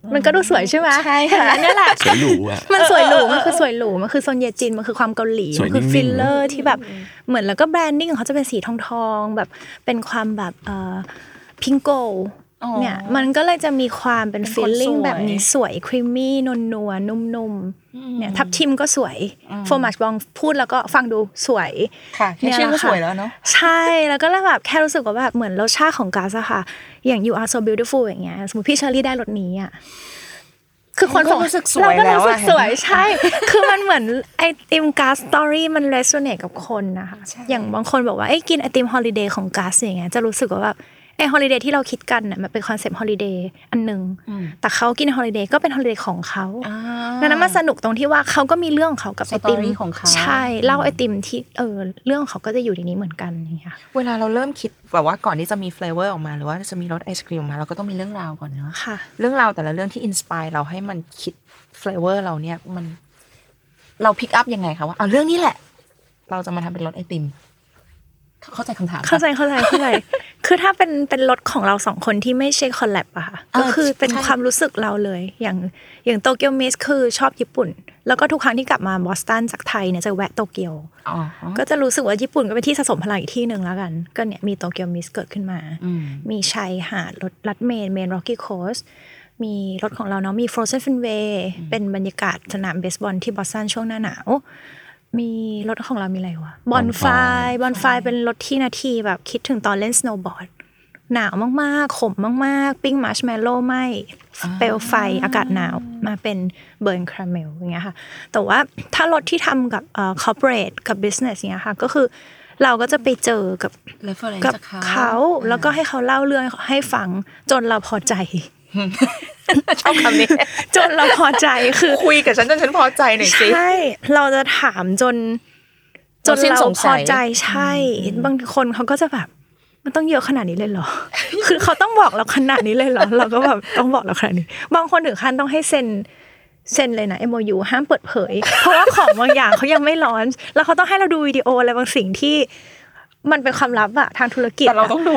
มันก็ดูสวยใช่ไหมใช่ค่ะนี่แหละสวยหรูอ่ะมันสวยหรูมันคือสวยหรูมันคือโซนเยจินมันคือความเกาหลีสวยมันคือนิ่งๆฟิลเลอร์ที่แบบเหมือนแล้วก็แบรนดิ้งของเขาจะเป็นสีทองๆแบบเป็นความแบบพิงโกเนี่ยมันก็เลยจะมีความเป็นฟีลลิ่งแบบนี้สวยครีมมี่นวลๆนุ่มๆเนี่ยทับทิมก็สวยโฟมัชบองพูดแล้วก็ฟังดูสวยค่ะแค่ชื่อก็สวยแล้วเนาะใช่แล้วก็แบบแค่รู้สึกว่าแบบเหมือนรสชาติของก๊าซอะค่ะอย่าง You Are So Beautiful อย่างเงี้ยสมมติพี่เชอรี่ได้รสนี้อะคือคนก็รู้สึกสวยแล้วเราก็รู้สึกสวยใช่คือมันเหมือนไอติมก๊าซสตอรี่มันเรโซเนทกับคนนะคะอย่างบางคนบอกว่าไอ้กินไอติมฮอลิเดย์ของก๊าซอย่างเงี้ยจะรู้สึกว่าแบบไอ้ฮอลิเดย์ที่เราคิดกันน่ะมันเป็นคอนเซปต์ฮอลิเดย์อันนึงแต่เขากินฮอลิเดย์ก็เป็นฮอลิเดย์ของเขาดังนั้นมันสนุกตรงที่ว่าเขาก็มีเรื่องของเขากับไอติมของเขาใช่เล่าไอติมที่เรื่องของเขาก็จะอยู่ในนี้เหมือนกันอย่างเงี้ยเวลาเราเริ่มคิดแบบว่าก่อนที่จะมีเฟลเวอร์ออกมาหรือว่าจะมีรสไอศกรีมออกมาเราก็ต้องมีเรื่องราวก่อนเนาะค่ะเรื่องราวแต่ละเรื่องที่อินสปายเราให้มันคิดเฟลเวอร์เราเนี่ยมันเราพิกอัพยังไงคะว่าเอาเรื่องนี้แหละเราจะมาทำเป็นรสไอติมเข้าใจคำถามเข้าใจคือถ้าเป็นรถของเรา2คนที่ไม่ใช่คอลแลบอะค่ะก็คือเป็นความรู้สึกเราเลยอย่างโตเกียวมิสคือชอบญี่ปุ่นแล้วก็ทุกครั้งที่กลับมาบอสตันจากไทยเนี่ยจะแวะโตเกียวก็จะรู้สึกว่าญี่ปุ่นก็เป็นที่สะสมพลังอีกที่นึงแล้วกันก็เนี่ยมีโตเกียวมิสเกิดขึ้นมามีชายหาดรถลัดเมนร็อกกี้โคสต์มีรถของเราเนาะมี Frozen Fenway เป็นบรรยากาศสนามเบสบอลที่บอสตันช่วงหน้าหนาวมีรถของเรามีอะไรวะบอนไฟเป็นรถที่นาทีแบบคิดถึงตอนเล่นสโนว์บอร์ดหนาวมากๆขมมากๆปิ้งมัชเมลโล่ไหมเปลวไฟอากาศหนาวมาเป็นเบิร์นคาราเมลอย่างเงี้ยค่ะแต่ว่าถ้ารถที่ทำกับcorporate กับ business เงี้ยค่ะก็คือเราก็จะไปเจอกับเขาแล้วก็ให้เขาเล่าเรื่องให้ฟังจนเราพอใจชอบคำนี้จนเราพอใจคือคุยกับฉันจนฉันพอใจหน่อยสิใช่เราจะถามจนเราพอใจใช่บางคนเขาก็จะแบบมันต้องเยอะขนาดนี้เลยเหรอ คือเขาต้องบอกเราขนาดนี้เลยเหรอเราก็แบบต้องบอกเราขนาดนี้บางคนถึงขั้นต้องให้เซ็นเลยนะ MOU ห้ามเปิดเผยเพราะว่าของบางอย่างเขายังไม่ลอนช์แล้วเขาต้องให้เราดูวิดีโออะไรบางสิ่งที่มันเป็นความลับอะทางธุรกิจแต่เราต้องดู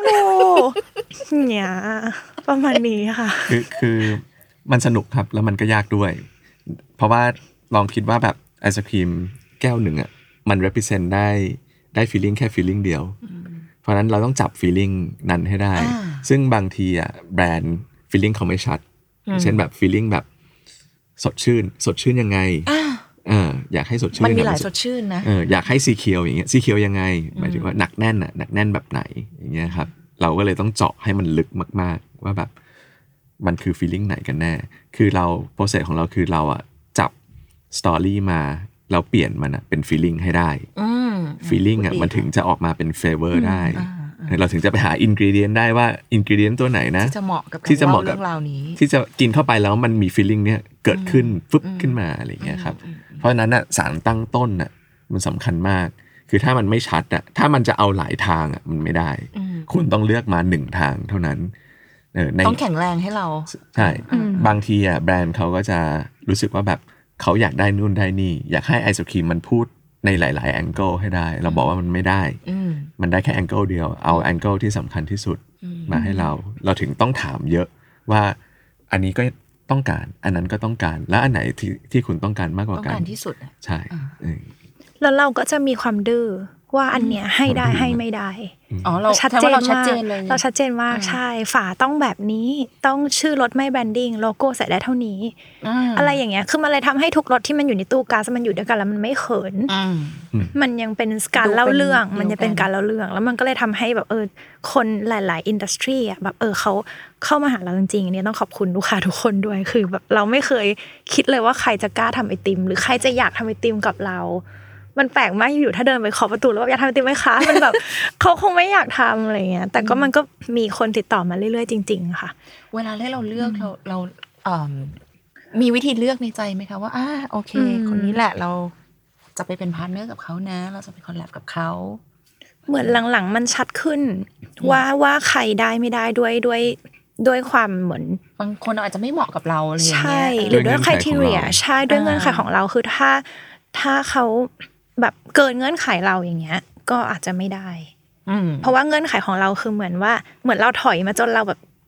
เนี่ยประมาณนี้ค่ะคือมันสนุกครับแล้วมันก็ยากด้วยเพราะว่าลองคิดว่าแบบไอศครีมแก้วหนึ่งอ่ะมัน represent ได้ feeling แค่ feeling เดียวเพราะนั้นเราต้องจับ feeling นั้นให้ได้ซึ่งบางทีอ่ะแบรนด์ feeling เขาไม่ชัดเช่นแบบ feeling แบบสดชื่นยังไงอยากให้สดชื่นมันมีหลายสดชื่นนะอยากให้สีเขียวอย่างเงี้ยสีเขียวยังไงหมายถึงว่าหนักแน่นแบบไหนอย่างเงี้ยครับเราก็เลยต้องเจาะให้มันลึกมากๆว่าแบบมันคือ feeling ไหนกันแน่คือเรา process ของเราคือเราอ่ะจับ story มาแล้วเปลี่ยนมันเป็น feeling ให้ได้feeling อ่ะมันถึงจะออกมาเป็น flavor ได้เราถึงจะไปหา ingredient ได้ว่า ingredient ตัวไหนนะที่จะเหมาะกับเรื่องราวนี้ที่จะกินเข้าไปแล้วมันมี feeling เนี้ยเกิดขึ้นฟึบขึ้นมาอะไรอย่างเงี้ยครับเพราะฉะนั้นน่ะสารตั้งต้นน่ะมันสำคัญมากคือถ้ามันไม่ชัดอ่ะถ้ามันจะเอาหลายทางอ่ะมันไม่ได้คุณต้องเลือกมา1ทางเท่านั้นต้องแข็งแรงให้เราใช่บางทีอ่ะแบรนด์เขาก็จะรู้สึกว่าแบบเขาอยากได้นู่นได้นี่อยากให้ไอศกรีมมันพูดในหลายๆแองเกิลให้ได้เราบอกว่ามันไม่ได้มันได้แค่แองเกิลเดียวเอาแองเกิลที่สำคัญที่สุดมาให้เราถึงต้องถามเยอะว่าอันนี้ก็ต้องการอันนั้นก็ต้องการแล้วอันไหนที่คุณต้องการมากกว่ากันต้องการที่สุดใช่แล้วเราก็จะมีความดื้อว่าอันเนี้ยให้ได้ให้ไม่ได้เราชัดเจนเลยเราชัดเจนมากใช่ฝาต้องแบบนี้ต้องชื่อรถไม่แบรนดิ้งโลโก้ใส่ได้เท่านี้อะไรอย่างเงี้ยคือมันเลยทำให้ทุกรถที่มันอยู่ในตู้ก๊าซมันอยู่ด้วยกันแล้วมันไม่เขินมันยังเป็นการเล่าเรื่องมันจะเป็นการเล่าเรื่องแล้วมันก็เลยทำให้แบบคนหลายๆอินดัสทรีอ่ะแบบเขาเข้ามาหาเราจริงๆอันนี้ต้องขอบคุณลูกค้าทุกคนด้วยคือแบบเราไม่เคยคิดเลยว่าใครจะกล้าทำไอติมหรือใครจะอยากทำไอติมกับเรามันแปลกมากอยู่ถ้าเดินไปเคาะประตูแล้วอยากทำไอติมไหมคะมันแบบเขาคงไม่อยากทำอะไรเงี้ยแต่ก็มันก็มีคนติดต่อมาเรื่อยๆจริงๆค่ะเวลาเราเลือกเรามีวิธีเลือกในใจไหมคะว่าโอเคคนนี้แหละเราจะไปเป็นพาร์ทเนอร์กับเขานะเราจะไปคอลแลบกับเขาเหมือนหลังๆมันชัดขึ้นว่าใครได้ไม่ได้ด้วยความเหมือนบางคนอาจจะไม่เหมาะกับเราอะไรอย่างเงี้ยใช่หรือด้วย criteria ใช่ด้วยเงื่อนไขของเราคือถ้าเขาแบบเกินเงื่อนไขเราอย่างเงี้ยก็อาจจะไม่ได้เพราะว่าเงื่อนไขของเราคือเหมือนเราถอยมาจนเราแบบ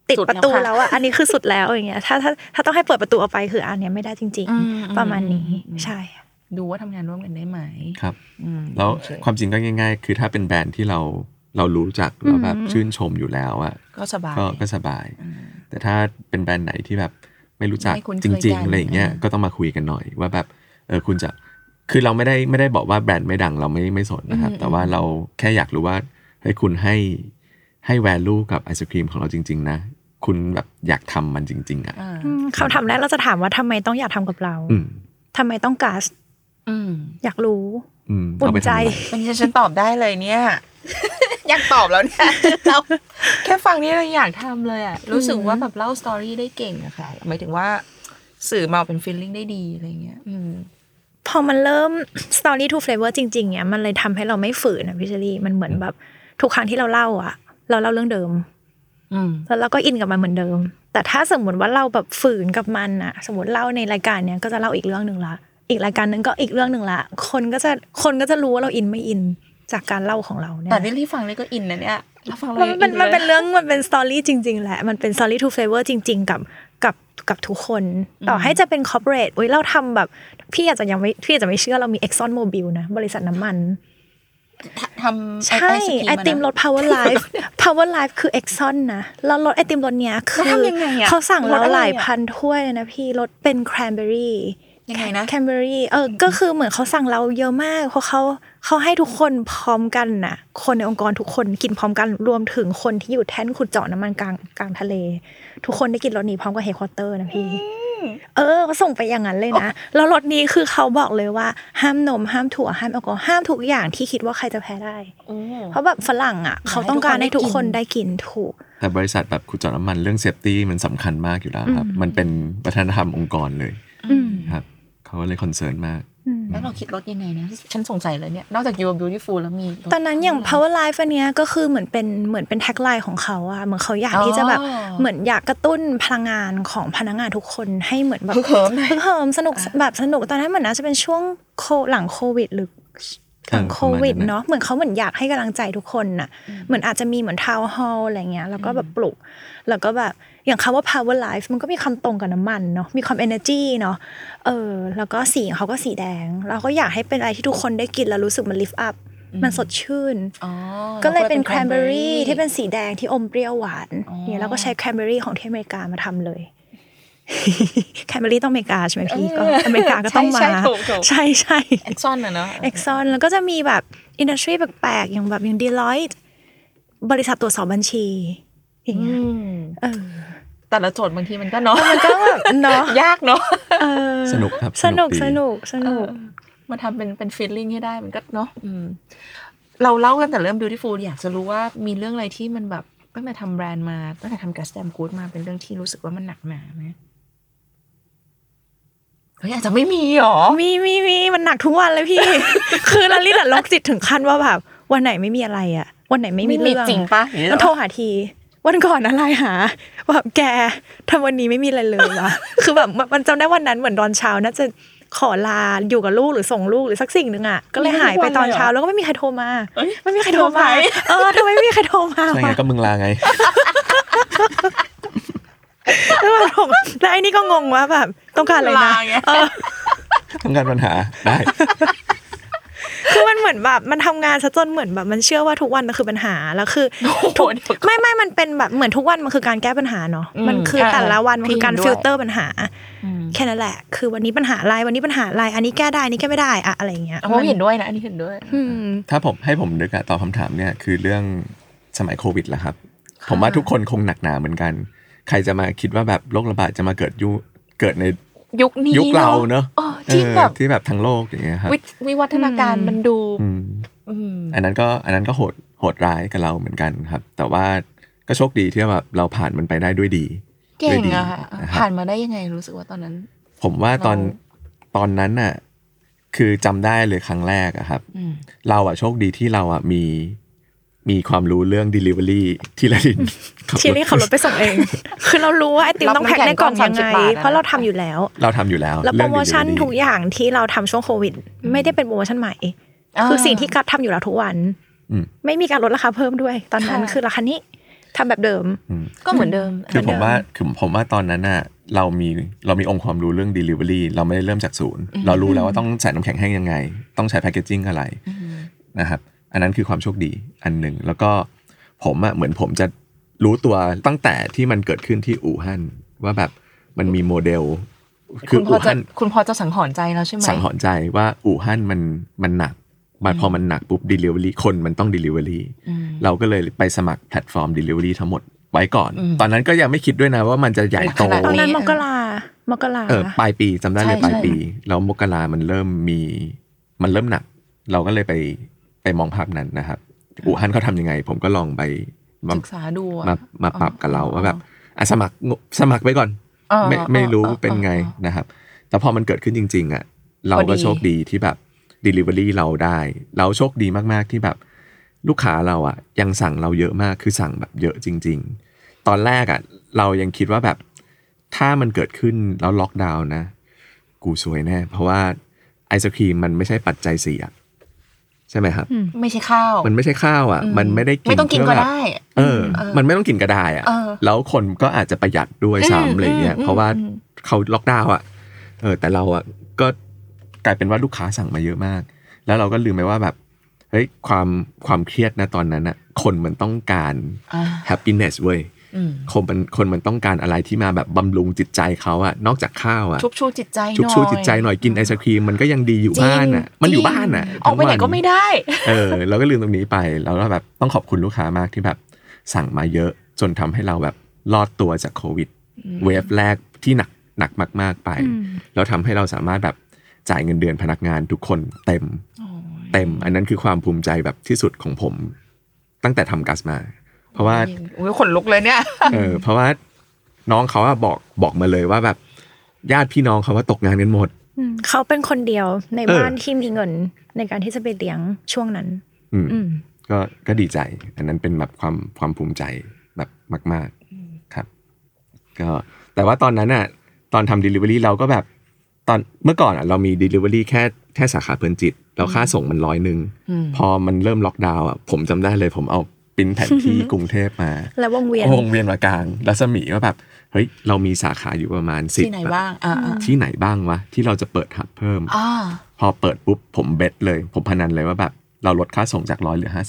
ติดประตูแล้วอ่ะอันนี้คือสุดแล้วอย่างเงี้ยถ้าต้องให้เปิดประตูออกไปคืออันเนี้ยไม่ได้จริงๆประมาณนี้ใช่ดูว่าทำงานร่วมกันได้ไหมครับแล้วความจริงก็ง่ายๆคือถ้าเป็นแบรนด์ที่เรารู้จักเราแบบชื่นชมอยู่แล้วอ่ะก็สบายก็สบายแต่ถ้าเป็นแบรนด์ไหนที่แบบไม่รู้จักจริงๆอะไรอย่างเงี้ยก็ต้องมาคุยกันหน่อยว่าแบบคุณจะคือเราไม่ได้บอกว่าแบรนด์ไม่ดังเราไม่สนนะครับแต่ว่าเราแค่อยากรู้ว่าให้คุณให้ value กับไอศกรีมของเราจริงๆนะคุณแบบอยากทำมันจริงๆอ่ะคำถามแรกเราจะถามว่าทำไมต้องอยากทำกับเราทำไมต้องกัสอยากรู้อุ่นใจเป็นฉันตอบได้เลยเนี่ย อยากตอบแล้วเนี่ยเราแค่ฟังนี่เราอยากทำเลยอ่ะรู้สึกว่าแบบเล่าสตอรี่ได้เก่งอะค่ะหมายถึงว่าสื่อมาเป็นฟีลลิ่งได้ดีอะไรเงี้ยพอมันเริ่ม story to flavor จริงๆเนี่ยมันเลยทำให้เราไม่ฝืนนะพี่เชอรี่มันเหมือนแบบทุกครั้งที่เราเล่าอะเราเล่าเรื่องเดิมแล้วเราก็อินกับมันเหมือนเดิมแต่ถ้าสมมติว่าเราแบบฝืนกับมันอะสมมติเล่าในรายการเนี้ยก็จะเล่าอีกเรื่องนึงละอีกรายการนึงก็อีกเรื่องนึงละคนก็จะรู้ว่าเราอินไม่อินจากการเล่าของเราเนี่ยแต่ที่ฟังนี่ก็อินนะเนี่ยเราฟังเรามันเป็นเรื่องมันเป็นสตอรี่จริงๆแหละมันเป็น story to flavor จริงๆกับทุกคนต่อให้จะเป็น corporate เราทำแบบพี่อาจจะไม่เชื่อเรามี Exxon Mobil นะบริษัทน้ำมันทำใช่ไอติมรส Power Life คือ Exxon นะแล้วรสไอติมรสเนี้ยคือเขาสั่งเราหลายพันถ้วยเลยนะพี่รสเป็น cranberry ยังไงนะ cranberry ก็คือเหมือนเขาสั่งเราเยอะมากเพราะเขาให้ทุกคนพร้อมกันน่ะคนในองค์กรทุกคนกินพร้อมกันรวมถึงคนที่อยู่แท่นขุดเจาะน้ำมันกลางทะเลทุกคนได้กินรสนี้พร้อมกับเฮดควอเตอร์นะพี่เขาส่งไปอย่างนั้นเลยนะแล้วรสนี้คือเขาบอกเลยว่าห้ามนมห้ามถั่วห้ามแอลกอฮอล์ห้ามทุกอย่างที่คิดว่าใครจะแพ้ได้เพราะแบบฝรั่งอ่ะเขาต้องการให้ทุกคนได้กินถูกแต่บริษัทแบบขุดเจาะน้ำมันเรื่องเซฟตี้มันสำคัญมากอยู่แล้วครับมันเป็นวัฒนธรรมองค์กรเลยครับเขาเลยคอนเซิร์นมากแล้วเราคิดรถยังไงนะฉันสงสัยเลยเนี่ยนอกจาก You Are Beautiful แล้วมีตอนนั้นอย่าง Power Life อันเนี้ยก็คือเหมือนเป็นแท็กไลน์ของเขาอะเหมือนเขาอยากที่จะแบบเหมือนอยากกระตุ้นพลังงานของพนักงานทุกคนให้เหมือนแบบเพิ่มสนุกแบบสนุกตอนนั้นเหมือนน่าจะเป็นช่วงหลังโควิดหรือหลังโควิดเนาะเหมือนเขาเหมือนอยากให้กำลังใจทุกคนน่ะเหมือนอาจจะมีเหมือนทาวน์ฮอลล์อะไรเงี้ยแล้วก็แบบปลุกแล้วก็แบบอย่างคำว่า power life มันก็มีคำตรงกับน้ำมันเนาะมีความ energy เนาะแล้วก็สีเขาก็สีแดงเราก็อยากให้เป็นอะไรที่ทุกคนได้กินแล้วรู้สึกมัน lift up มันสดชื่นก็เลยเป็น cranberry ที่เป็นสีแดงที่อมเปรี้ยวหวานเนี่ยแล้วก็ใช้ cranberry ของที่อเมริกามาทำเลยแคมเบอรี่ต้องอเมริกาใช่ไหมพี่ก็อเมริกาก็ต้องมาใช่ใช่เอ็กซอนนะเนาะเอ็กซอนแล้วก็จะมีแบบอินดัสทรีแปลกๆอย่างแบบอย่าง Deloitte บริษัทตรวจสอบบัญชีอย่างเงี้ยแต่ละโจทย์บางทีมันก็เนาะมันก็แบบเนาะยากเนาะสนุกครับสนุกมาทำเป็นฟีลลิ่งให้ได้มันก็เนาะเราเล่ากันแต่เรื่อง Beautiful อยากจะรู้ว่ามีเรื่องอะไรที่มันแบบตั้งแต่ทำแบรนด์มาตั้งแต่ทำ Goddamn Good มาเป็นเรื่องที่รู้สึกว่ามันหนักหนาไหมอาจจะไม่มีหรอมีมันหนักทุกวันเลยพี่ คือลลิตโรคจิตถึงขั้นว่าแบบวันไหนไม่มีอะไรอ่ะวันไหนไม่มีเรื่องจริงปะต้องโทรหาทีวันก่อนอะไรหาแบบแกทำวันนี้ไม่มีอะไรเลยวะ คือแบบมันจำได้วันนั้นเหมือนตอนเช้าน่าจะขอลาอยู่กับลูกหรือส่งลูกหรือสักสิ่งนึงอ่ะก็เลยหายไปตอนเช้าแล้วก็ไม่มีใครโทรมาไม่มีใครโทรมาทำไมไม่มีใครโทรมาใช่ไงก็มึงลาไงแล้วไอ้นี่ก็งงว่าแบบต้องการอะไรนะต้องการปัญหาได้คือมันเหมือนแบบมันทำงานซะจนเหมือนแบบมันเชื่อว่าทุกวันมันคือปัญหาแล้วคือไม่มันเป็นแบบเหมือนทุกวันมันคือการแก้ปัญหาเนาะมันคือแต่ละวันมันคือการฟิลเตอร์ปัญหาแค่นั้นแหละคือวันนี้ปัญหาอะไรวันนี้ปัญหาอะไรอันนี้แก้ได้อันนี้แก้ไม่ได้อะอะไรเงี้ยผมเห็นด้วยนะอันนี้เห็นด้วยถ้าให้ผมนึกตอบคำถามเนี่ยคือเรื่องสมัยโควิดแหละครับผมว่าทุกคนคงหนักหนาเหมือนกันใครจะมาคิดว่าแบบโรคระบาดจะมาเกิดในยุคนี้ยุคเราเนอะที่แบบทั้งโลกอย่างเงี้ยครับวิวัฒนาการมันดูอันนั้นก็โหดร้ายกับเราเหมือนกันครับแต่ว่าก็โชคดีที่แบบเราผ่านมันไปได้ด้วยดีเก่งอะค่ะผ่านมาได้ยังไงรู้สึกว่าตอนนั้นผมว่าตอนนั้นน่ะคือจำได้เลยครั้งแรกอะครับเราอะโชคดีที่เราอะมีความรู้เรื่อง delivery ที่ละลินที่ขับรถไปส่งเองคือเรารู้ว่าไอติมต้องแพ็คในกล่องยังไงเพราะเราทำอยู่แล้วแล้วโปรโมชั่นทุกอย่างที่เราทำช่วงโควิดไม่ได้เป็นโปรโมชั่นใหม่คือสิ่งที่กัดทำอยู่แล้วทุกวันไม่มีการลดราคาเพิ่มด้วยตอนนั้นคือราคานี้ทำแบบเดิมก็เหมือนเดิมคือผมว่าตอนนั้นน่ะเรามีองค์ความรู้เรื่อง delivery เราไม่ได้เริ่มจากศูนย์เรารู้แล้วว่าต้องใส่น้ำแข็งแห้งยังไงต้องใช้ packaging อะไรนะครับอันนั้นคือความโชคดีอันหนึ่งแล้วก็ผมเหมือนผมจะรู้ตัวตั้งแต่ที่มันเกิดขึ้นที่อู่ฮั่นว่าแบบมันมีโมเดลคืออู่ฮั่นคุณพอจะสังหรณ์ใจแล้วใช่ไหมสังหรณ์ใจว่าอู่ฮั่นมันหนักพอมันหนักปุ๊บ delivery คนมันต้อง delivery เราก็เลยไปสมัครแพลตฟอร์ม delivery ทั้งหมดไว้ก่อนตอนนั้นก็ยังไม่คิดด้วยนะว่ามันจะใหญ่โตตอนนั้นมกราปลายปีจำได้เลยปลายปีแล้วมกรามันเริ่มหนักเราก็เลยไปมองภาพนั้นนะครับอู่ฮั่นเขาทำยังไงผมก็ลองไปศึกษาดูมาปรับกับเราว่าแบบสมัครไปก่อนไม่รู้เป็นไงนะครับแต่พอมันเกิดขึ้นจริงๆอ่ะเราก็โชคดีที่แบบ delivery เราได้เราโชคดีมากๆที่แบบลูกค้าเราอ่ะยังสั่งเราเยอะมากคือสั่งแบบเยอะจริงๆตอนแรกอ่ะเรายังคิดว่าแบบถ้ามันเกิดขึ้นแล้วล็อกดาวน์นะกูซวยแน่เพราะว่าไอศกรีมมันไม่ใช่ปัจจัย4ใช่ไหมครับไม่ใช่ข้าวมันไม่ใช่ข้าวอ่ะมันไม่ได้กินไม่ต้องกินก็ได้มันไม่ต้องกินก็ได้อ่ะแล้วคนก็อาจจะประหยัดด้วยซ้ำอะไรเงี้ยเพราะว่าเขาล็อกดาวน์อ่ะแต่เราอ่ะก็กลายเป็นว่าลูกค้าสั่งมาเยอะมากแล้วเราก็ลืมไปว่าแบบเฮ้ยความเครียดนะตอนนั้นอ่ะคนมันต้องการ happiness เว้ยคนมันต้องการอะไรที่มาแบบบำรุงจิตใจเขาอะนอกจากข้าวอะชุบชูจิตใจหน่อยชุบชูจิตใจหน่อยกินไอศครีมมันก็ยังดีอยู่บ้านอะมันอยู่บ้านอะออกไปไหนก็ไม่ได้เราก็ลืมตรงนี้ไปแล้วก็แบบต้องขอบคุณลูกค้ามากที่แบบสั่งมาเยอะจนทำให้เราแบบรอดตัวจากโควิดเวฟแรกที่หนักมากๆไปแล้วทำให้เราสามารถแบบจ่ายเงินเดือนพนักงานทุกคนเต็มอันนั้นคือความภูมิใจแบบที่สุดของผมตั้งแต่ทำกัสมาเพราะว่าขนลุกเลยเนี่ยเพราะว่าน้องเขาบอกมาเลยว่าแบบญาติพี่น้องเขาว่าตกงานกันหมดเขาเป็นคนเดียวในบ้านที่มีเงินในการที่จะไปเลี้ยงช่วงนั้นก็ดีใจอันนั้นเป็นแบบความภูมิใจแบบมากๆครับก็แต่ว่าตอนนั้นน่ะตอนทำ delivery เราก็แบบตอนเมื่อก่อนเรามี delivery แค่สาขาเพลินจิตแล้วค่าส่งมัน100พอมันเริ่มล็อกดาวน์อ่ะผมจำได้เลยผมเอาปิ้นแผนที่กรุงเทพมาแล้ววงเวียนมากลางรัศมีว่าแบบเฮ้ยเรามีสาขาอยู่ประมาณ10 ที่ไหนบ้างที่ไหนบ้างวะที่เราจะเปิดหับเพิ่มพอเปิดปุ๊บผมเบ็ดเลยผมพนันเลยว่าแบบเราลดค่าส่งจาก100เหลือ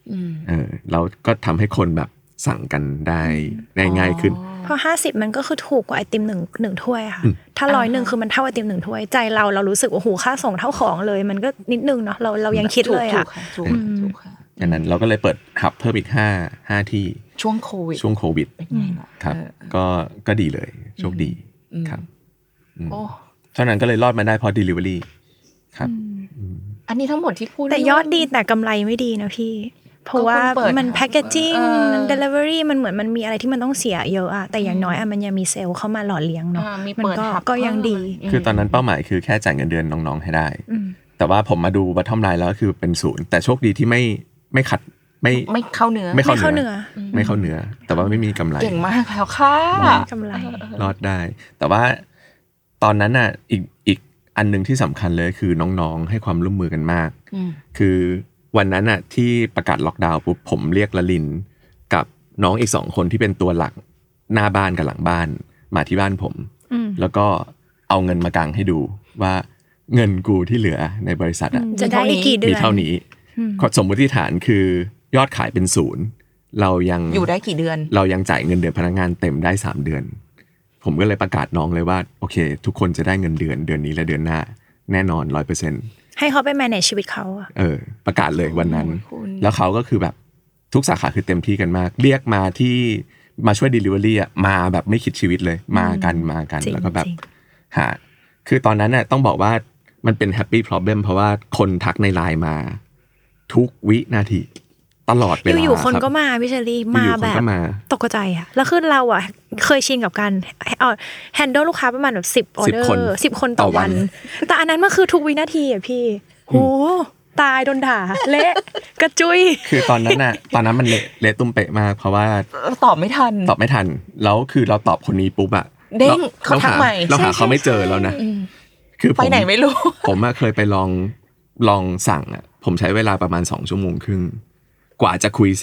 50เราก็ทำให้คนแบบสั่งกันได้ง่ายขึ้นเพราะ50มันก็คือถูกกว่าไอติม1ถ้วยค่ะถ้า100คือมันเท่าไอติม1ถ้วยใจเรารู้สึกว่าโหค่าส่งเท่าของเลยมันก็นิดนึงเนาะเรายังคิดเลยอ่ะถูกค่ะอันนั้นเราก็เลยเปิดหับเพิ่มอีก5ที่ช่วงโควิดครับก็ดีเลยโชคดีครับเท่านั้นก็เลยรอดมาได้เพราะ delivery ครับอันนี้ทั้งหมดที่พูดแต่ยอดดีแต่กำไรไม่ดีนะพี่เพราะว่ามันแพคเกจจิ้งมันเดลิเวอรี่มันเหมือนมันมีอะไรที่มันต้องเสียเยอะอะแต่อย่างน้อยมันยังมีเซลล์เข้ามาหล่อเลี้ยงเนาะมันก็ยังดีคือตอนนั้นเป้าหมายคือแค่จ่ายเงินเดือนน้องๆให้ได้แต่ว่าผมมาดูบัตทอมไลน์แล้วก็คือเป็น0แต่โชคดีที่ไม่ขัดไม่เข้าเนื้อแต่ว่าไม่มีกำไรเก่งมากแล้วค่ะกำไรรอดได้แต่ว่าตอนนั้นน่ะอีกอันนึงที่สำคัญเลยคือน้องๆให้ความร่วมมือกันมากคือวันนั้นน่ะที่ประกาศล็อกดาวน์ปุ๊บผมเรียกละลินกับน้องอีก2คนที่เป็นตัวหลักหน้าบ้านกับหลังบ้านมาที่บ้านผมแล้วก็เอาเงินมากางให้ดูว่าเงินกูที่เหลือในบริษัทอ่ะจะได้กี่เดือนมีเท่านี้สมมติฐานคือยอดขายเป็น0เรายังอยู่ได้กี่เดือนเรายังจ่ายเงินเดือนพนักงานเต็มได้3เดือนผมก็เลยประกาศน้องเลยว่าโอเคทุกคนจะได้เงินเดือนนี้และเดือนหน้าแน่นอน 100% ให้เขาไป manage ชีวิตเขาอ่ะประกาศเลยวันนั้นแล้วเขาก็คือแบบทุกสาขาคือเต็มที่กันมากเรียกมาที่มาช่วย delivery อ่ะมาแบบไม่คิดชีวิตเลยมากันแล้วก็แบบคือตอนนั้นน่ะต้องบอกว่ามันเป็น happy problem เพราะว่าคนทักในไลน์มาทุกวินาทีตลอดเวลาอยู่คนก็มาพี่เชอรี่มาแบบตกใจอ่ะแล้วคือเราอ่ะเคยชินกับการแฮนเดิลลูกค้าประมาณแบบ10ออเดอร์10คนต่อวันแต่อันนั้นมันคือทุกวินาทีอ่ะพี่โหตายโดนด่าเละกระจุยคือตอนนั้นมันเละตุ้มเป๊ะมากเพราะว่าตอบไม่ทันแล้วคือเราตอบคนนี้ปุ๊บอ่ะเด้งเขาทักใหม่เราหาเขาไม่เจอแล้วนะคือไปไหนไม่รู้ผมเคยไปลองสั่งอ่ะผมใช้เวลาประมาณ2 ชั่วโมงครึ่งกว่าจะคุยเสร็จ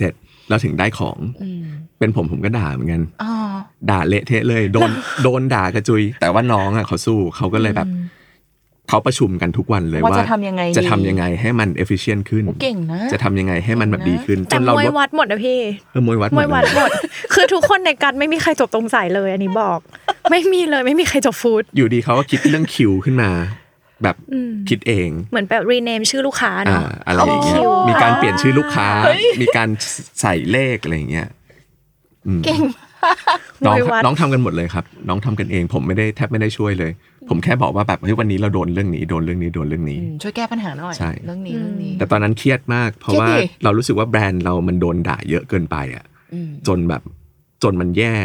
เราถึงได้ของเป็นผมก็ด่าเหมือนกันด่าเละเทะเลยโดนด่ากระจุยแต่ว่าน้องอ่ะเขาสู้เขาก็เลยแบบเขาประชุมกันทุกวันเลยว่าจะทำยังไงให้มัน efficient ขึ้นเก่งนะจะทำยังไงให้มันแบบดีขึ้นจนเรามวยวัดหมดนะพี่มวยวัดหมดคือทุกคนในการไม่มีใครจบตรงสายเลยอันนี้บอกไม่มีเลยไม่มีใครจบฟู้ดอยู่ดีเขาก็คิดเรื่องคิวขึ้นมาแบบคิดเองเหมือนแบบ rename ชื่อลูกค้าเนาะอะไรอย่างเงี้ยมีการเปลี่ยนชื่อลูกค้ามีการใส่เลขอะไรอย่างเงี้ยเก่งน้องทำกันหมดเลยครับน้องทำกันเองผมแทบไม่ได้ช่วยเลยผมแค่บอกว่าแบบเฮ้ยวันนี้เราโดนเรื่องนี้ช่วยแก้ปัญหาหน่อยเรื่องนี้แต่ตอนนั้นเครียดมากเพราะว่าเรารู้สึกว่าแบรนด์เรามันโดนด่าเยอะเกินไปอ่ะจนมันแย่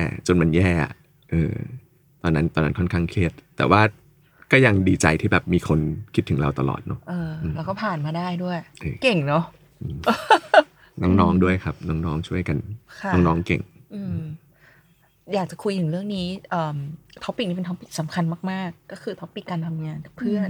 ตอนนั้นค่อนข้างเครียดแต่ว่าก็ยังดีใจที่แบบมีคนคิดถึงเราตลอดเนาะแล้วก็ผ่านมาได้ด้วยเก่งเนาะน้องๆด้วยครับน้องๆช่วยกันน้องๆเก่งอยากจะคุยถึงเรื่องนี้ท็อปิกนี้เป็นท็อปิกสำคัญมากๆก็คือท็อปิกการทำงานกับเพื่อน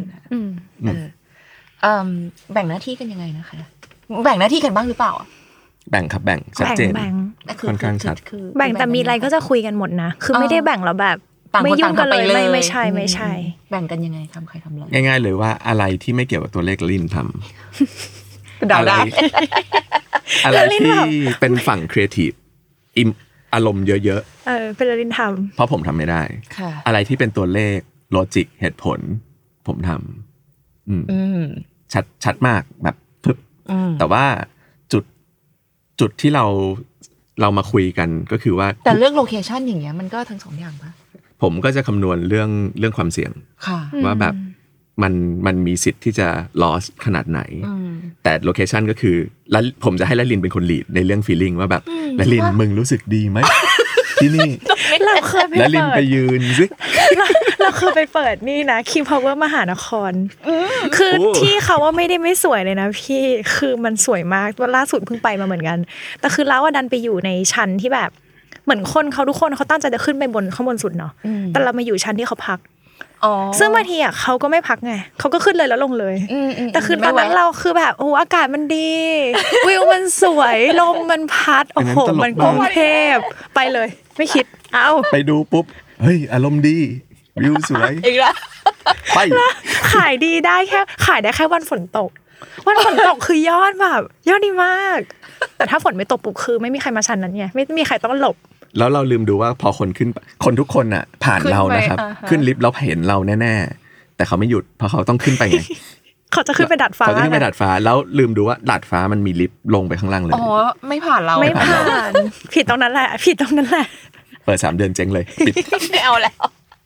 แบ่งหน้าที่กันยังไงนะคะแบ่งหน้าที่กันบ้างหรือเปล่าแบ่งครับแบ่งชัดเจนค่อนข้างชัดแบ่งแต่มีอะไรก็จะคุยกันหมดนะคือไม่ได้แบ่งแล้วแบบไม่ยุ่งกันเลยไม่ใช่แบ่งกันยังไงทำใครทำอะไรง่ายๆเลยว่าอะไรที่ไม่เกี่ยวกับตัวเลขลินทำอะไรที่เป็นฝั่งครีเอทีฟอารมณ์เยอะๆเป็นลินทำเพราะผมทำไม่ได้อะไรที่เป็นตัวเลขโลจิกเหตุผลผมทำชัดมากแบบพึบแต่ว่าจุดที่เรามาคุยกันก็คือว่าแต่เรื่องโลเคชั่นอย่างเงี้ยมันก็ทั้งสองอย่างป่ะผมก็จะคำนวณเรื่องความเสี่ยงว่าแบบมันมีสิทธิ์ที่จะ loss ขนาดไหนแต่โลเคชันก็คือแล้วผมจะให้ละลินเป็นคนลีดในเรื่อง feeling ว่าแบบละลินมึงรู้สึกดีไหมที่นี่เราเคยไปละลินไปยืนสิเราเคยไปเปิดนี่นะ King Power มหานครคือที่เขาว่าไม่ได้ไม่สวยเลยนะพี่คือมันสวยมากล่าสุดเพิ่งไปมาเหมือนกันแต่คือเราดันไปอยู่ในชั้นที่แบบเหมือนคนเขาทุกคนเขาตั้งใจจะขึ้นไปบนข้างบนสุดเนาะแต่เรามาอยู่ชั้นที่เขาพักซึ่งบางทีอ่ะเขาก็ไม่พักไงเขาก็ขึ้นเลยแล้วลงเลยแต่คือตอนนั้นเราคือแบบโอ้อากาศมันดีวิวมันสวยลมมันพัดโอ้โหมันกรุงเทพไปเลยไม่คิดเอาไปดูปุ๊บเฮ้ยอารมณ์ดีวิวสวยอีกแล้วไปขายดีได้แค่วันฝนตกคือยอดแบบยอดดีมากแต่ถ้าฝนไม่ตกปุ๊บคือไม่มีใครมาชั้นนั้นไงไม่มีใครต้องหลบแล้วเราลืมดูว่าพอคนขึ้นคนทุกคนน่ะผ่านเรานะครับขึ้นลิฟต์แล้วเห็นเราแน่ๆแต่เขาไม่หยุดเพราะเขาต้องขึ้นไปไงเขาจะขึ้นไปดาดฟ้าแล้วลืมดูว่าดาดฟ้ามันมีลิฟต์ลงไปข้างล่างเลยไม่ผ่านเราไม่ผ่านผิดตรงนั้นแหละเปิด3 เดือนเจ๊งเลยปิดไม่เอาแล้ว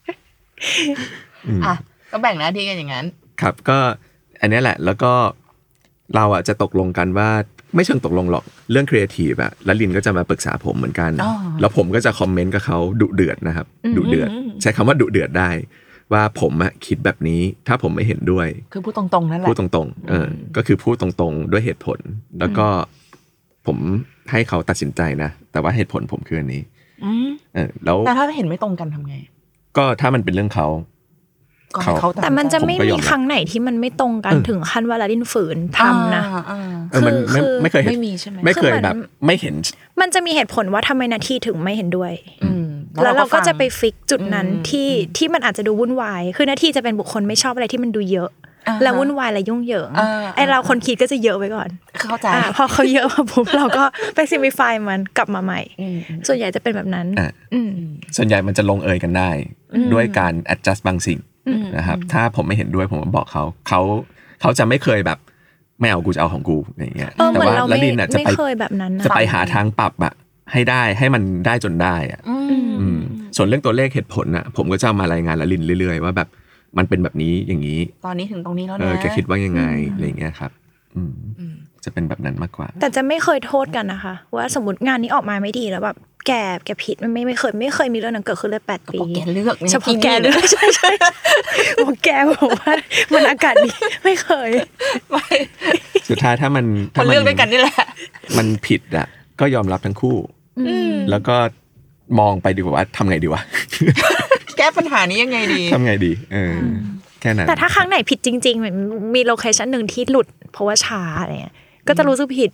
ก็แบ่งหน้าที่กันอย่างนั้นครับก็อันนี้แหละแล้วก็เราอ่ะจะตกลงกันว่าไม่เชิงตกลงหรอกเรื่องครีเอทีฟอะแล้วลินก็จะมาปรึกษาผมเหมือนกันแล้วผมก็จะคอมเมนต์กับเขาดุเดือดนะครับดุเดือดใช้คำว่าดุเดือดได้ว่าผมอะคิดแบบนี้ถ้าผมไม่เห็นด้วยคือพูดตรงๆนั่นแหละพูดตรงๆก็คือพูดตรงๆด้วยเหตุผลแล้วก็ผมให้เขาตัดสินใจนะแต่ว่าเหตุผลผมคืออันนี้แล้วแต่ถ้าเห็นไม่ตรงกันทำไงก็ถ้ามันเป็นเรื่องเขาแต่มันจะไม่มีครั้งไหนที่มันไม่ตรงกันถึงขั้นว่าละลินฝืนทำนะมันไม่เคยไม่มีใช่ไหมไม่เคยแบบไม่เห็นมันจะมีเหตุผลว่าทำไมนาทีถึงไม่เห็นด้วยแล้วเราก็จะไปฟิกจุดนั้นที่มันอาจจะดูวุ่นวายคือนาทีจะเป็นบุคคลไม่ชอบอะไรที่มันดูเยอะแล้ววุ่นวายและยุ่งเหยิงไอเราคนคิดก็จะเยอะไว้ก่อนเข้าใจพอเขาเยอะมาปุ๊บเราก็ไปซิมพลิฟายมันกลับมาใหม่ส่วนใหญ่จะเป็นแบบนั้นส่วนใหญ่มันจะลงเอยกันได้ด้วยการ adjust บางสิ่งนะครับถ้าผมไม่เห็นด้วยผมบอกเขาจะไม่เคยแบบไม่เอากูจะเอาของกูอย่างเงี้ยแต่ว่าละลินอ่ะจะไปหาทางปรับอะให้ได้ให้มันได้จนได้อ่ะส่วนเรื่องตัวเลขเหตุผลน่ะผมก็จะมารายงานละลินเรื่อยๆว่าแบบมันเป็นแบบนี้อย่างนี้ตอนนี้ถึงตรงนี้แล้วนะแกคิดว่ายังไงอะไรอย่างเงี้ยครับจะเป็นแบบนั้นมากกว่าแต่จะไม่เคยโทษกันนะคะว่าสมมติงานนี้ออกมาไม่ดีแล้วแบบแกผิดมันไม่เคยมีเรื่องนั้นเกิดขึ้นเลย8 ปีแกเลือกเฉพาะแกเลือกใช่บอกแกบอกว่ามันอากาศดีไม่เคยสุดท้ายถ้ามันเลือกด้วยกันนี่แหละมันผิดอ่ะก็ยอมรับทั้งคู่แล้วก็มองไปดีกว่าทำไงดีวะแก้ปัญหานี้ยังไงดีทำไงดีแค่นั้นแต่ถ้าครั้งไหนผิดจริงๆมีโลเคชั่นหนึ่งที่หลุดเพราะว่าช้าอะไรเงี้ยก็จะรู้สึกผิด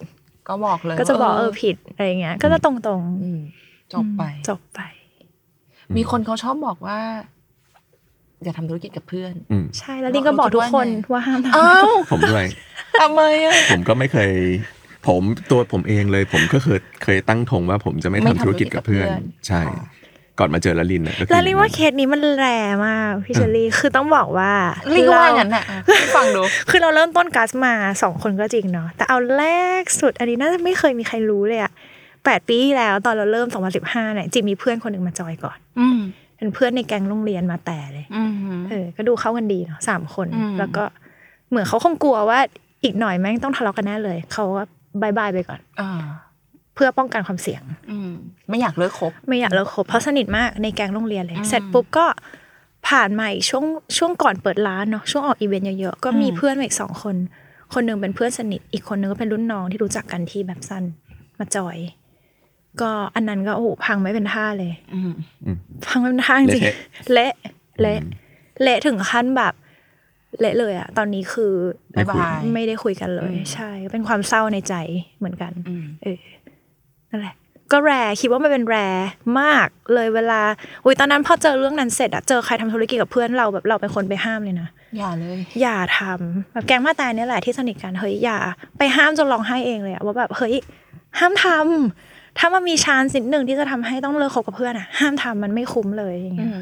ก็บอกเลยก็จะบอกผิดอะไรเงี้ยก็จะตรงๆจบไปมีคนเขาชอบบอกว่าอย่าทำธุรกิจกับเพื่อนใช่แล้วลิงก็บอกทุกคนว่าห้ามทำผมด้วยทำไมอ่ะผมก็ไม่เคยตัวผมเองเลยผมก็เคยตั้งธงว่าผมจะไม่ทำธุรกิจกับเพื่อนใช่ก่อนมาเจอลลินน่ะแล้วลินว่าเคสนี้มันแรงมากพี่เชอรี่คือต้องบอกว่าลินว่างั้นน่ะฟังดูคือเราเริ่มต้นกัสมา2คนก็จริงเนาะแต่เอาแรกสุดอันนี้น่าจะไม่เคยมีใครรู้เลยอ่ะ8 ปีที่แล้วตอนเราเริ่ม2015เนี่ยจิมีเพื่อนคนนึงมาจอยก่อนเป็นเพื่อนในแก๊งโรงเรียนมาแต่เลยก็ดูเข้ากันดีเนาะ3 คนแล้วก็เหมือนเขาคงกลัวว่าอีกหน่อยแม่งต้องทะเลาะกันแน่เลยเขาว่าบายไปก่อนเพื่อป้องกันความเสี่ยงไม่อยากเลิกคบเพราะสนิทมากในแก๊งโรงเรียนเลยเสร็จปุ๊บก็ผ่านมาอีกช่วงก่อนเปิดร้านเนาะช่วงออกอีเวนต์เยอะๆก็มีเพื่อนอีก2 คนนึงเป็นเพื่อนสนิทอีกคนนึงก็เป็นรุ่นน้องที่รู้จักกันที่แบบสั้นมาจอยก็อันนั้นก็โอ้โหพังไม่เป็นท่าเลยพังไม่เป็นท่าจริงเละถึงขั้นแบบเละเลยอะตอนนี้คือไม่ได้คุยกันเลยใช่เป็นความเศร้าในใจเหมือนกันนั่นแหละก็แรคิดว่ามันเป็นแรมากเลยเวลาตอนนั้นพอเจอเรื่องนั้นเสร็จอะเจอใครทำธุรกิจกับเพื่อนเราแบบเราเป็นคนไปห้ามเลยนะอย่าทำแบบแก๊งมาตายเนี่ยแหละที่สนิทกันเฮ้ยอย่าไปห้ามจนร้องไห้เองเลยอะว่าแบบเฮ้ยห้ามทำถ้ามันมีชานสิหนึ่งที่จะทำให้ต้องเลิกคบกับเพื่อนอะห้ามทำมันไม่คุ้มเลยอย่างเงี้ย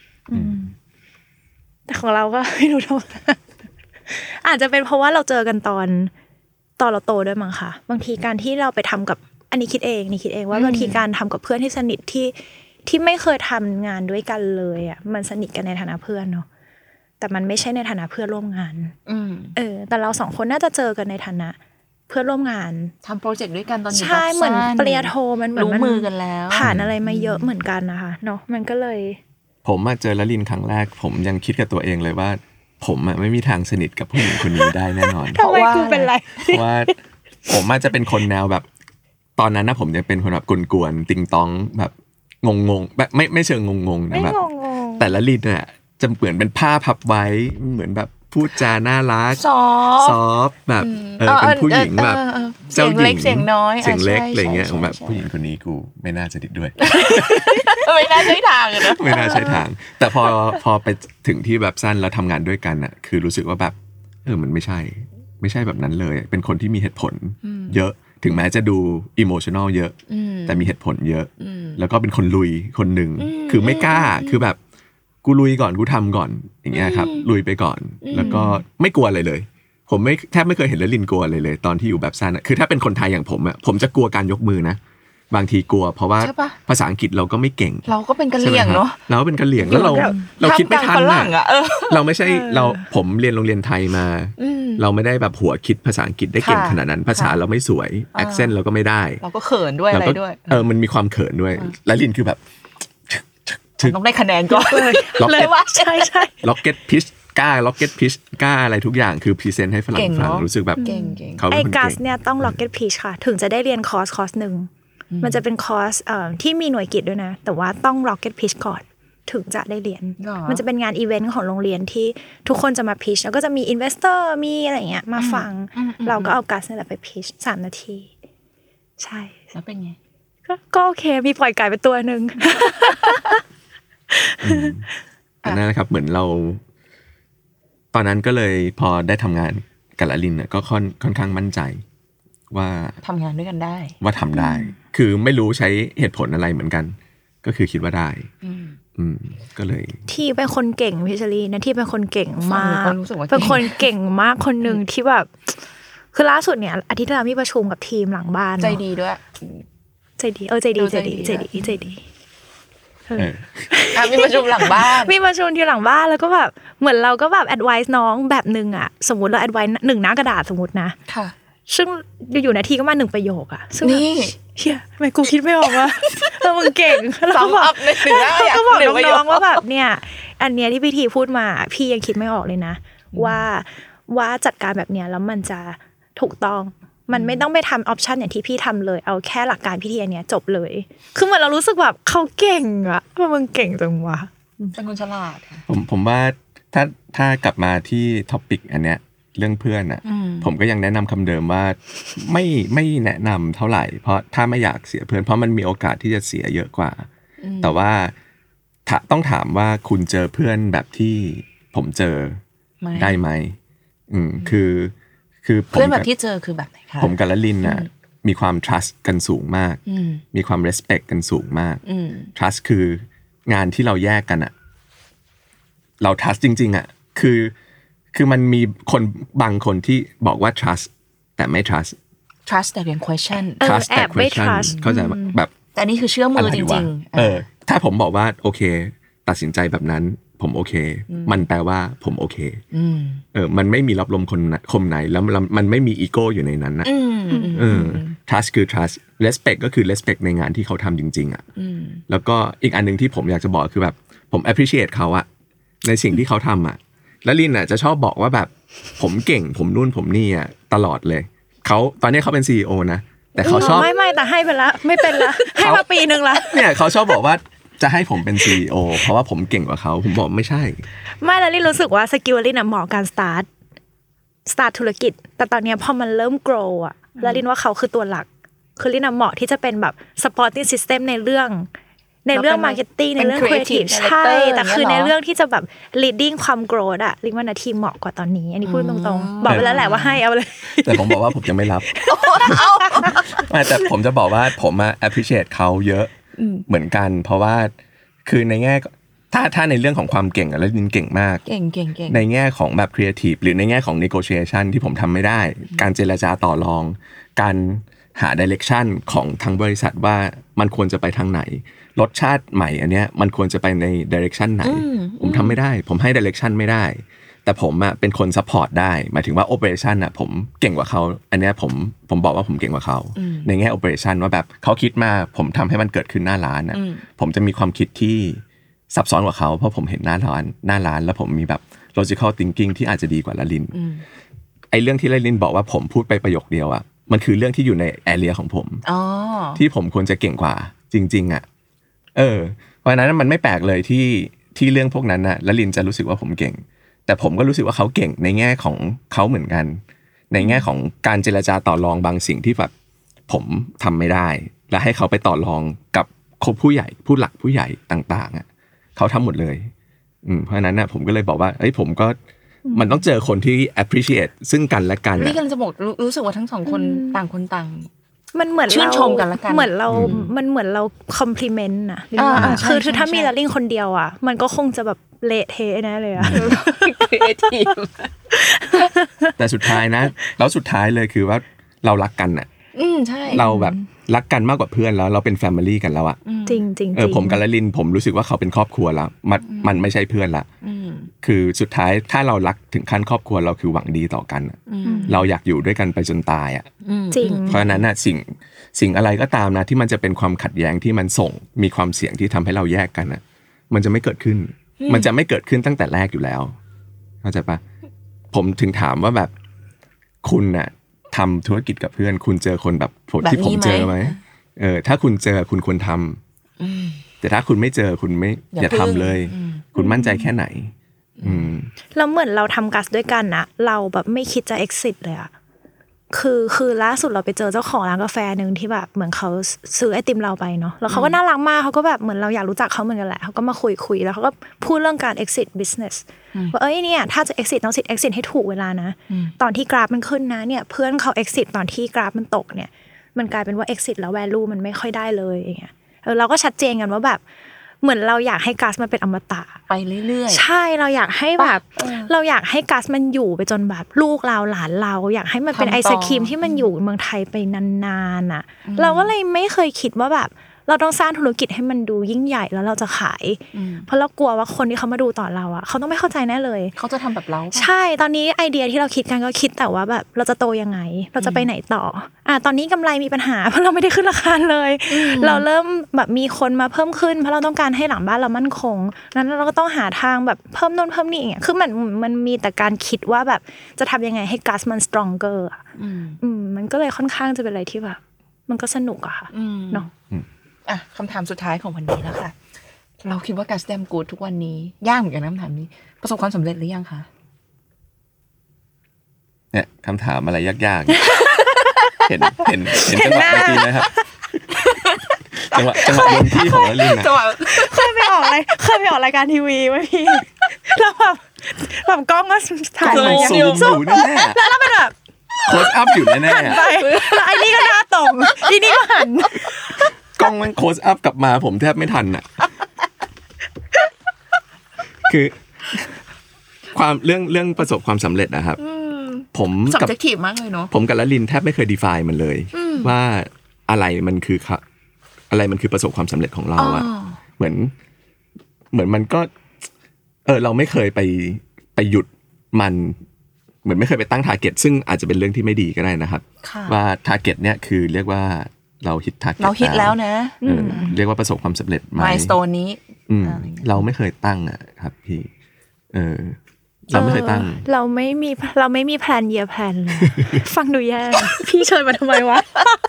แต่ของเราก็ไม่รู้ทำไมอาจจะเป็นเพราะว่าเราเจอกันตอนเราโตด้วยมั้งค่ะบางทีการที่เราไปทำกับอันนี้คิดเองว่าบางทีการทำกับเพื่อนที่สนิทที่ไม่เคยทำงานด้วยกันเลยอ่ะมันสนิทกันในฐานะเพื่อนเนาะแต่มันไม่ใช่ในฐานะเพื่อนร่วมงานแต่เรา2 คนน่าจะเจอกันในฐานะเพื่อนร่วมงานทำโปรเจกต์ด้วยกันตอนอยู่ใช่เหมือนปริญญาโทมันเหมือนรู้มือกันแล้วผ่านอะไรมาเยอะเหมือนกันนะคะเนาะมันก็เลยผมมาเจอลลินครั้งแรกผมยังคิดกับตัวเองเลยว่าผมไม่มีทางสนิทกับผู้หญิงคนนี้ได้แน่นอนทำไมกูเป็นไรเพราะว่าผมอาจจะเป็นคนแนวแบบตอนนั้นนะผมจะเป็นคนแบบกวนๆติงตองแบบงงๆแบบไม่เชิงงงๆนะแบบแต่ละลินเนี่ยจะเหมือนเป็นผ้าพับไว้เหมือนแบบพูดจาน่ารักซอฟแบบเป็นผู้หญิงแบบเสียงเล็กเสียงน้อยเสียงเล็กอะไรเงี้ยแบบผู้หญิงคนนี้กูไม่น่าจะดิดด้วยไม่น่าใช้ทางนะไม่น่าใช้ทางแต่พอไปถึงที่แบบสั้นแล้วทำงานด้วยกันอ่ะคือรู้สึกว่าแบบมันไม่ใช่แบบนั้นเลยเป็นคนที่มีเหตุผลเยอะถึงแม้จะดูอิโมชันนอลเยอะแต่มีเหตุผลเยอะแล้วก็เป็นคนลุยคนหนึ่งคือไม่กล้าคือแบบกูลุยก่อนกูทำก่อนอย่างเงี้ยครับลุยไปก่อนแล้วก็ไม่กลัวอะไรเลยผมแทบไม่เคยเห็นลลินกลัวเลยตอนที่อยู่แบบสั้นคือถ้าเป็นคนไทยอย่างผมอ่ะผมจะกลัวการยกมือนะบางทีกลัวเพราะว่าภาษาอังกฤษเราก็ไม่เก่งเราก็เป็นกะเหรี่ยงเนาะเราเป็นกะเหรี่ยงแล้วเราคิดไม่ทันอ่ะเราไม่ใช่ผมเรียนโรงเรียนไทยมาเราไม่ได้แบบหัวคิดภาษาอังกฤษได้เก่งขนาดนั้นภาษาเราไม่สวยแอคเซนต์เราก็ไม่ได้เราก็เขินด้วยอะไรด้วยมันมีความเขินด้วยแล้วลินคือแบบต้องได้คะแนนก่อนเลยว่าใช่ล็อกเก็ตพิชกล้าล็อกเก็ตพิชกล้าอะไรทุกอย่างคือพรีเซนต์ให้ฝรั่งฟังรู้สึกแบบเขาไอ้กัสเนี่ยต้องล็อกเก็ตพิชค่ะถึงจะได้เรียนคอร์สนึงมันจะเป็นคอร์สที่มีหน่วยกิจด้วยนะแต่ว่าต้อง rocket pitch ก่อนถึงจะได้เรียนมันจะเป็นงานอีเวนต์ของโรงเรียนที่ทุกคนจะมา pitch แล้วก็จะมี investor มีอะไรเงี้ยมาฟังเราก็เอากัสนี่แหละไป pitch 3 นาทีใช่แล้วเป็นไงก็โอเคมีปล่อยไก่ไปตัวนึงนั่นนะครับเหมือนเราตอนนั้นก็เลยพอได้ทำงานกับลลินเนี่ยก็ค่อนข้างมั่นใจว่าทำงานด้วยกันได้ว่าทำได้คือไม่รู้ใช้เหตุผลอะไรเหมือนกันก็คือคิดว่าได้ก็เลยที่เป็นคนเก่งพี่ชลีนะที่เป็นคนเก่งมากเป็นคนเก่งมากคนหนึ่งที่แบบคือล่าสุดเนี่ยอาทิตย์ที่แล้วมีประชุมกับทีมหลังบ้านใจดีด้วยใจดีใจดีมีประชุมหลังบ้านมีประชุมที่หลังบ้านแล้วก็แบบเหมือนเราก็แบบแอดไวซ์น้องแบบนึงอ่ะสมมุติเราแอดไวซ์1 หน้ากระดาษสมมุตินะค่ะซึ่งอยู่นาทีก็มา1 ประโยคอ่ะซึ่งนี่เฮียทำไมกูคิดไม่ออกวะมึงเก่งแล้วก็แบบก็บอกน้องๆว่าแบบเนี่ยอันเนี้ยที่พี่ทีพูดมาพี่ยังคิดไม่ออกเลยนะว่าจัดการแบบเนี้ยแล้วมันจะถูกต้องมันไม่ต้องไปทำออปชันอย่างที่พี่ทำเลยเอาแค่หลักการพี่ทีอันเนี้ยจบเลยคือเหมือนเรารู้สึกแบบเขาเก่งอะมึงเก่งจังวะเป็นคนฉลาดผมว่าถ้ากลับมาที่ท็อปิกอันเนี้ยเรื่องเพื่อนอ่ะผมก็ยังแนะนำคำเดิมว่าไม่แนะนำเท่าไหร่เพราะถ้าไม่อยากเสียเพื่อนเพราะมันมีโอกาสที่จะเสียเยอะกว่าแต่ว่าต้องถามว่าคุณเจอเพื่อนแบบที่ผมเจอได้ไหมคือเพื่อนแบบที่เจอคือแบบไหนคะผมกับละลินน่ะมีความ trust กันสูงมากมีความ respect กันสูงมาก trust คืองานที่เราแยกกันอ่ะเรา trust จริงๆอ่ะคือมันมีคนบางคนที่บอกว่า trust แต่ไม่ trust แต่ยัง question trust แต่ question เข้าใจแบบแต่นี่คือเชื่อมือจริงๆถ้าผมบอกว่าโอเคตัดสินใจแบบนั้นผมโอเคมันแปลว่าผมโอเคมันไม่มีรับลมคมไหนแล้วมันไม่มีอีโก้อยู่ในนั้นนะtrust คือ trust respect ก็คือ respect ในงานที่เขาทำจริงๆอ่ะแล้วก็อีกอันนึงที่ผมอยากจะบอกคือแบบผม appreciate เขาอะในสิ่งที่เขาทำอะแล้วลินอ่ะจะชอบบอกว่าแบบผมเก่งผมนู่นผมนี่อ่ะตลอดเลยเขาตอนนี้เขาเป็น CEO นะแต่เขาชอบไม่แต่ให้ไปละไม่เป็นละให้มาปีนึงละเนี่ยเขาชอบบอกว่าจะให้ผมเป็น CEO เพราะว่าผมเก่งกว่าเขาผมบอกไม่ใช่ไม่แล้วลินรู้สึกว่าสกิลลินน่ะเหมาะการสตาร์ทธุรกิจแต่ตอนนี้พอมันเริ่ม grow อ่ะแล้วลินว่าเขาคือตัวหลักคือลินน่ะเหมาะที่จะเป็นแบบ supporting system ในเรื่อง marketing ในเรื่อง creative ใช่แต่คือในเรื่องที่จะแบบ leading ความ growth อ่ะลินว่านาทีเหมาะกว่าตอนนี้อันนี้พูดตรงๆบอกไปแล้วแหละว่าให้เอาเลยแต่ผมบอกว่าผมจะไม่รับแต่ผมจะบอกว่าผมappreciate เขาเยอะเหมือนกันเพราะว่าคือในแง่ถ้าในเรื่องของความเก่งอะแล้วลินเก่งมากเก่งในแง่ของแบบ creative หรือในแง่ของ negotiation ที่ผมทำไม่ได้การเจรจาต่อรองการหา direction ของทั้งบริษัทว่ามันควรจะไปทางไหนรสชาติใหม่อันเนี้ยมันควรจะไปใน direction ไหนผมทำไม่ได้ผมให้ direction ไม่ได้แต่ผมอะเป็นคน support ได้หมายถึงว่า operation อะผมเก่งกว่าเขาอันเนี้ยผมบอกว่าผมเก่งกว่าเขาในแง่ operation ว่าแบบเขาคิดมาผมทำให้มันเกิดขึ้นหน้าร้านอะผมจะมีความคิดที่ซับซ้อนกว่าเขาเพราะผมเห็นหน้าร้านแล้วผมมีแบบ logical thinking ที่อาจจะดีกว่าละลินไอ้เรื่องที่ละลินบอกว่าผมพูดไปประโยคเดียวอะมันคือเรื่องที่อยู่ใน area ของผมที่ผมควรจะเก่งกว่าจริงๆอะเพราะฉะนั้นมันไม่แปลกเลยที่เรื่องพวกนั้นน่ะละลินจะรู้สึกว่าผมเก่งแต่ผมก็รู้สึกว่าเขาเก่งในแง่ของเขาเหมือนกันในแง่ของการเจรจาต่อรองบางสิ่งที่แบบผมทำไม่ได้และให้เขาไปต่อรองกับผู้ใหญ่ผู้หลักผู้ใหญ่ต่างๆอ่ะเขาทำหมดเลยเพราะฉะนั้นน่ะผมก็เลยบอกว่าผมก็มันต้องเจอคนที่ appreciate ซึ่งกันและกันนี่กำลังจะบอกรู้สึกว่าทั้งสองคนต่างคนต่างมันเหมือนชื่นชมกันละกันเหมือนเรามันเหมือนเราคอมพลีเมนต์นะคือถ้ามีละลินคนเดียวอ่ะมันก็คงจะแบบเละเทะแน่เลยอ่ะครีเอทีฟแต่สุดท้ายนะแล้วสุดท้ายเลยคือว่าเรารักกันอ่ะใช่เราแบบรักกันมากกว่าเพื่อนแล้วเราเป็นแฟมิลี่กันแล้วอ่ะจริงผมกับละลินผมรู้สึกว่าเขาเป็นครอบครัวแล้วมันไม่ใช่เพื่อนละคือสุดท้ายถ้าเรารักถึงขั้นครอบครัวเราคือหวังดีต่อกันเราอยากอยู่ด้วยกันไปจนตายอ่ะจริงเพราะฉะนั้นน่ะสิ่งอะไรก็ตามนะที่มันจะเป็นความขัดแย้งที่มันส่งมีความเสี่ยงที่ทำให้เราแยกกันอ่ะมันจะไม่เกิดขึ้นมันจะไม่เกิดขึ้นตั้งแต่แรกอยู่แล้วเข้าใจปะผมถึงถามว่าแบบคุณน่ะทำธุรกิจกับเพื่อนคุณเจอคนแบบที่ผมเจอไหมถ้าคุณเจอคุณควรทำแต่ถ้าคุณไม่เจอคุณไม่อย่าทำเลยคุณมั่นใจแค่ไหนแล้วเหมือนเราทำกัสด้วยกันนะเราแบบไม่คิดจะ exit เลยอะคือล่าสุดเราไปเจอเจ้าของร้านกาแฟนึงที่แบบเหมือนเขาซื้อไอติมเราไปเนาะแล้วเขาก็น่ารักมากเขาก็แบบเหมือนเราอยากรู้จักเขาเหมือนกันแหละเขาก็มาคุยแล้วเขาก็พูดเรื่องการ exit business ว่าเนี่ยถ้าจะ exit ต้องexit ให้ถูกเวลานะตอนที่กราฟมันขึ้นนะเนี่ยเพื่อนเขา exit ตอนที่กราฟมันตกเนี่ยมันกลายเป็นว่า exit แล้ว value มันไม่ค่อยได้เลยอย่างเงี้ยเราก็ชัดเจนกันว่าแบบเหมือนเราอยากให้ก๊าซมันเป็นอมตะไปเรื่อยๆใช่เราอยากให้แบบเราอยากให้ก๊าซมันอยู่ไปจนแบบลูกเราหลานเราอยากให้มันเป็นไอศกรีมที่มันอยู่เมืองไทยไปนานๆอ่ะเราก็เลยไม่เคยคิดว่าแบบเราต้องสร้างธุรกิจให้มันดูยิ่งใหญ่แล้วเราจะขายเพราะเรากลัวว่าคนที่เขามาดูต่อเราอ่ะเขาต้องไม่เข้าใจแน่เลยเขาจะทำแบบเราใช่ตอนนี้ไอเดียที่เราคิดกันก็คิดแต่ว่าแบบเราจะโตยังไงเราจะไปไหนต่อตอนนี้กำไรมีปัญหาเพราะเราไม่ได้ขึ้นราคาเลยเราเริ่มแบบมีคนมาเพิ่มขึ้นเพราะเราต้องการให้หลังบ้านเรามั่นคงนั้นเราก็ต้องหาทางแบบเพิ่มโน่นเพิ่มนี่อย่างเงี้ยคือมันมีแต่การคิดว่าแบบจะทำยังไงให้ก๊าซมัน stronger มันก็เลยค่อนข้างจะเป็นอะไรที่แบบมันก็สนุกอะค่ะเนาะคำถามสุดท้ายของวันนี้แล้วค่ะเราคิดว่าการแสดงกูดทุกวันนี้ยากเหมือนกันคำถามนี้ประสบความสำเร็จหรือยังคะเนี่ยคำถามอะไรยากๆเห็นจังหวะเมื่อกี้ไหมครับจังหวะลงที่ของลินนะเคยไปออกรายการทีวีไหมพี่แล้วแบบกล้องก็ถ่ายมาซูมอยู่แน่ๆแล้วเป็นแบบโคสอัพอยู่แน่ๆไปแล้วไอ้นี่ก็หน้าตรงอีนี่ก็หันกล้องมันโคสอัพกลับมาผมแทบไม่ทันอ่ะคือความเรื่องประสบความสำเร็จนะครับผมกับ subjective มากเลยเนาะผมกับละลินแทบไม่เคย define มันเลยว่าอะไรมันคือประสบความสำเร็จของเราอ่ะเหมือนมันก็เราไม่เคยไปหยุดมันเหมือนไม่เคยไปตั้ง target ซึ่งอาจจะเป็นเรื่องที่ไม่ดีก็ได้นะครับว่า target เนี่ยคือเรียกว่าเราฮิต target เราฮิตแล้วนะเรียกว่าประสบความสำเร็จไหม milestone นี้เราไม่เคยตั้งอ่ะครับพี่เราไม่เคยตั้งเราไม่มีแพลนเยียร์แพลนเลยฟังดูแย่พี่เชิญมาทำไมวะ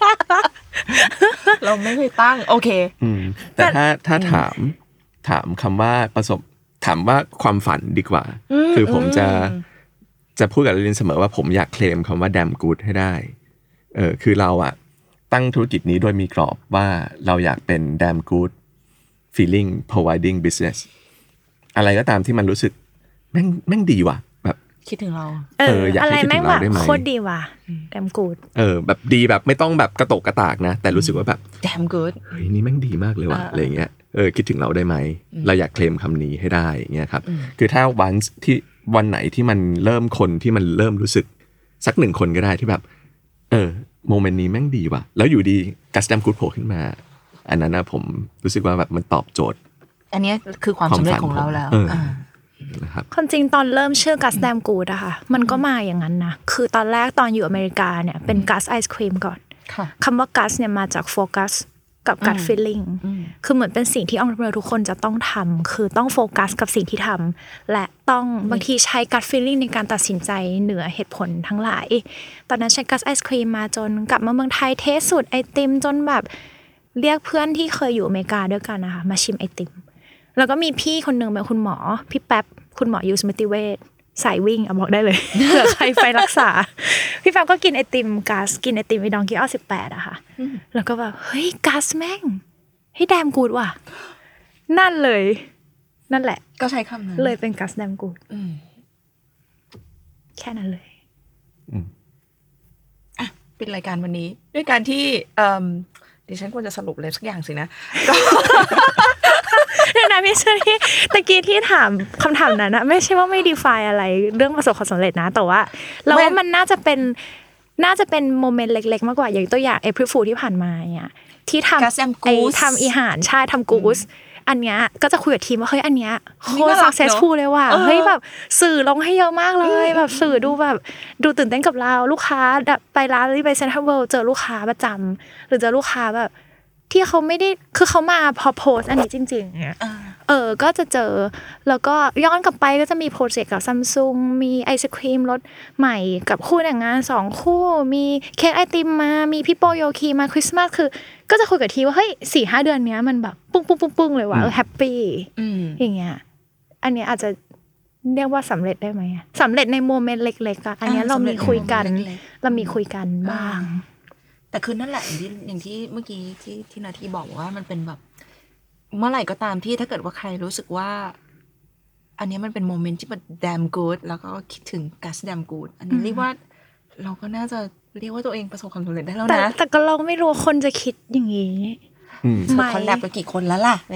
เราไม่เคยตั้งโอเคแต่ถ้าถามคำว่าถามว่าความฝันดีกว่าคือผมจะพูดกับลินเสมอว่าผมอยากเคลมคำว่า damn good ให้ได้คือเราอะตั้งธุรกิจนี้โดยมีกรอบว่าเราอยากเป็น damn good feeling providing business อะไรก็ตามที่มันรู้สึกแม่งดีว่ะแบบคิดถึงเราอยากให้คิดถึงเราได้ไหมโคตรดีว่ะ damn good แบบดีแบบไม่ต้องแบบกระโตกกระตากนะแต่รู้สึกว่าแบบ damn good เฮ้ยนี่แม่งดีมากเลยว่ะอะไรเงี้ยคิดถึงเราได้ไหมเราอยากเคลมคำนี้ให้ได้อย่างเงี้ยครับคือถ้าวันไหนที่มันเริ่มคนที่มันเริ่มรู้สึกสัก1คนก็ได้ที่แบบโมเมนต์นี้แม่งดีว่ะแล้วอยู่ดีกัสดัมกูดโผล่ขึ้นมาอันนั้นนะผมรู้สึกว่าแบบมันตอบโจทย์อันนี้คือความสำเร็จของเราแล้วนะครับคนจริงตอนเริ่มชื่อกัสแดมกูดอะค่ะมันก็มาอย่างนั้นนะคือตอนแรกตอนอยู่อเมริกาเนี่ยเป็นกัสไอศครีมก่อนคำว่ากัสเนี่ยมาจากโฟกัสกับกัดฟีลลิ่งคือเหมือนเป็นสิ่งที่องค์ประกอบทุกคนจะต้องทำคือต้องโฟกัสกับสิ่งที่ทำและต้องบางทีใช้กัดฟีลลิ่งในการตัดสินใจเหนือเหตุผลทั้งหลายตอนนั้นใช้กัสไอศครีมมาจนกลับมาเมืองไทยเทสสูตรไอติมจนแบบเรียกเพื่อนที่เคยอยู่อเมริกาด้วยกันนะคะมาชิมไอติมแล้วก็มีพี่คนนึงเป็นคุณหมอพี่แป๊บคุณหมอยูสมิติเวชสายวิ่งบอกได้เลยเผื่อใครไปรักษาพี่แป๊บก็กินไอติมกัสกินไอติมไอดองกี้18อะค่ะแล้วก็แบบเฮ้ยกัสแม่งให้แดมกูดว่ะนั่นเลยนั่นแหละก็ใช้คำนั้นเลยเป็นกัสแดมกูดแค่นั้นเลยอ่ะปิดรายการวันนี้ด้วยการที่ดิฉันควรจะสรุปเลยสักอย่างสินะเนี่ยนะพี่เชอรี่ตะกี้ที่ถามคำถามนั้นนะไม่ใช่ว่าไม่ define อะไรเรื่องประสบความสำเร็จนะแต่ว่าเราว่ามันน่าจะเป็นโมเมนต์เล็กๆมากกว่าอย่างตัวอย่าง April Fool ที่ผ่านมาเนี่ยที่ทำอาหารใช่ทำกูสอันเนี้ยก็จะคุยกับทีมว่าเฮ้ยอันเนี้ยโคตร successful เลยว่ะเฮ้ยแบบสื่อลงให้เยอะมากเลยแบบสื่อดูแบบดูตื่นเต้นกับเราลูกค้าไปร้านไปเซ็นทรัลเวิลด์เจอลูกค้าประจำหรือเจอลูกค้าแบบที่เขาไม่ได้คือเขามาพอโพสอันนี้จริงๆเนี่ยก็จะเจอแล้วก็ย้อนกลับไปก็จะมีโปรเจกต์กับ Samsung มีไอศครีมรสใหม่กับคู่แต่งงาน2คู่มีเค้กไอติมมามีพี่โปโยคีมาคริสต์มาสคือก็จะคุยกับทีว่าเฮ้ย 4-5 เดือนเนี้ยมันแบบปุ้งๆๆๆเลยว่ะแฮปปี้อย่างเงี้ยอันเนี้ยอาจจะเรียกว่าสำเร็จได้มั้ยสำเร็จในโมเมนต์เล็กๆอ่ะอันเนี้ยเรามีคุยกันบ้างแต่คือนั่นแหละอย่างที่เมื่อกี้ที่นาทีบอกว่ามันเป็นแบบเมื่อไหร่ก็ตามที่ถ้าเกิดว่าใครรู้สึกว่าอันนี้มันเป็นโมเมนต์ที่มัน damn good แล้วก็คิดถึง gas damn good อันนี้เรียกว่าเราก็น่าจะเรียกว่าตัวเองประสบความสำเร็จได้แล้วนะแต่ก็เราไม่รู้คนจะคิดอย่างนี้คอนแลบไปกี่คนแล้วล่ะแหม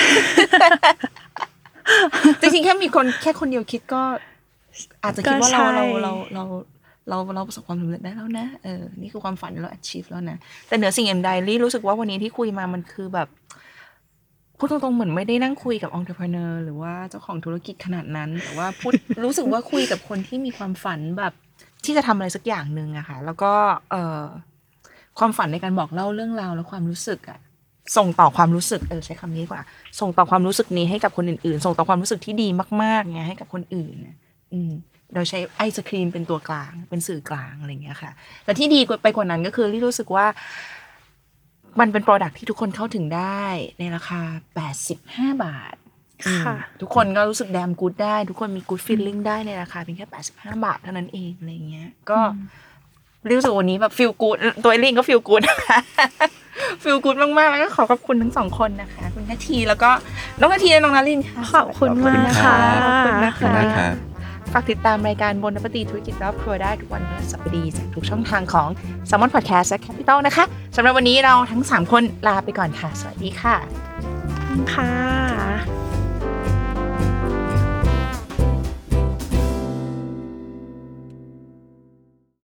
จริงๆแค่มีคนแค่คนเดียวคิดก็อาจจะคิดว่าเราประสบความสำเร็จได้แล้วนะนี่คือความฝันเรา achieve แล้วนะแต่เหนือสิ่งอื่นใดลี่รู้สึกว่าวันนี้ที่คุยมามันคือแบบพูดตรงๆเหมือนไม่ได้นั่งคุยกับ entrepreneur หรือว่าเจ้าของธุรกิจขนาดนั้นแต่ว่ารู้สึกว่าคุยกับคนที่มีความฝันแบบที่จะทำอะไรสักอย่างนึงอะค่ะแล้วก็ความฝันในการบอกเล่าเรื่องราวและความรู้สึกอะส่งต่อความรู้สึกใช้คำนี้ดีกว่าส่งต่อความรู้สึกนี้ให้กับคนอื่นๆส่งต่อความรู้สึกที่ดีมากๆไงให้กับคนอื่นโดยใช้ไอศครีมเป็นตัวกลางเป็นสื่อกลางอะไรอย่างเงี้ยค่ะแต่ที่ดีไปกว่านั้นก็คือที่รู้สึกว่ามันเป็น product ที่ทุกคนเข้าถึงได้ในราคา85 บาทค่ะทุกคนก็รู้สึกแดมกู๊ดได้ทุกคนมีกู๊ดฟีลลิ่งได้ในราคาเพียงแค่85 บาทเท่านั้นเองอะไรเงี้ยก็รู้สึกวันนี้แบบฟีลกู๊ดตัวลิงก็ฟีลกู๊ดนะคะฟีลกู๊ดมากๆแล้วก็ขอบคุณทั้ง2คนนะคะคุณนาทีแล้วก็น้องนาทีและน้องนารินค่ะขอบคุณมากค่ะขอบคุณนะขอบคุณคะมากครับฝากติดตามรายการบนนปตีธุรกิจรอบครัวได้ทุกวันพฤหัสบดีจากทุกช่องทางของ Salmon Podcast และ Capital นะคะสำหรับวันนี้เราทั้ง3คนลาไปก่อนค่ะสวัสดีค่ะค่ะ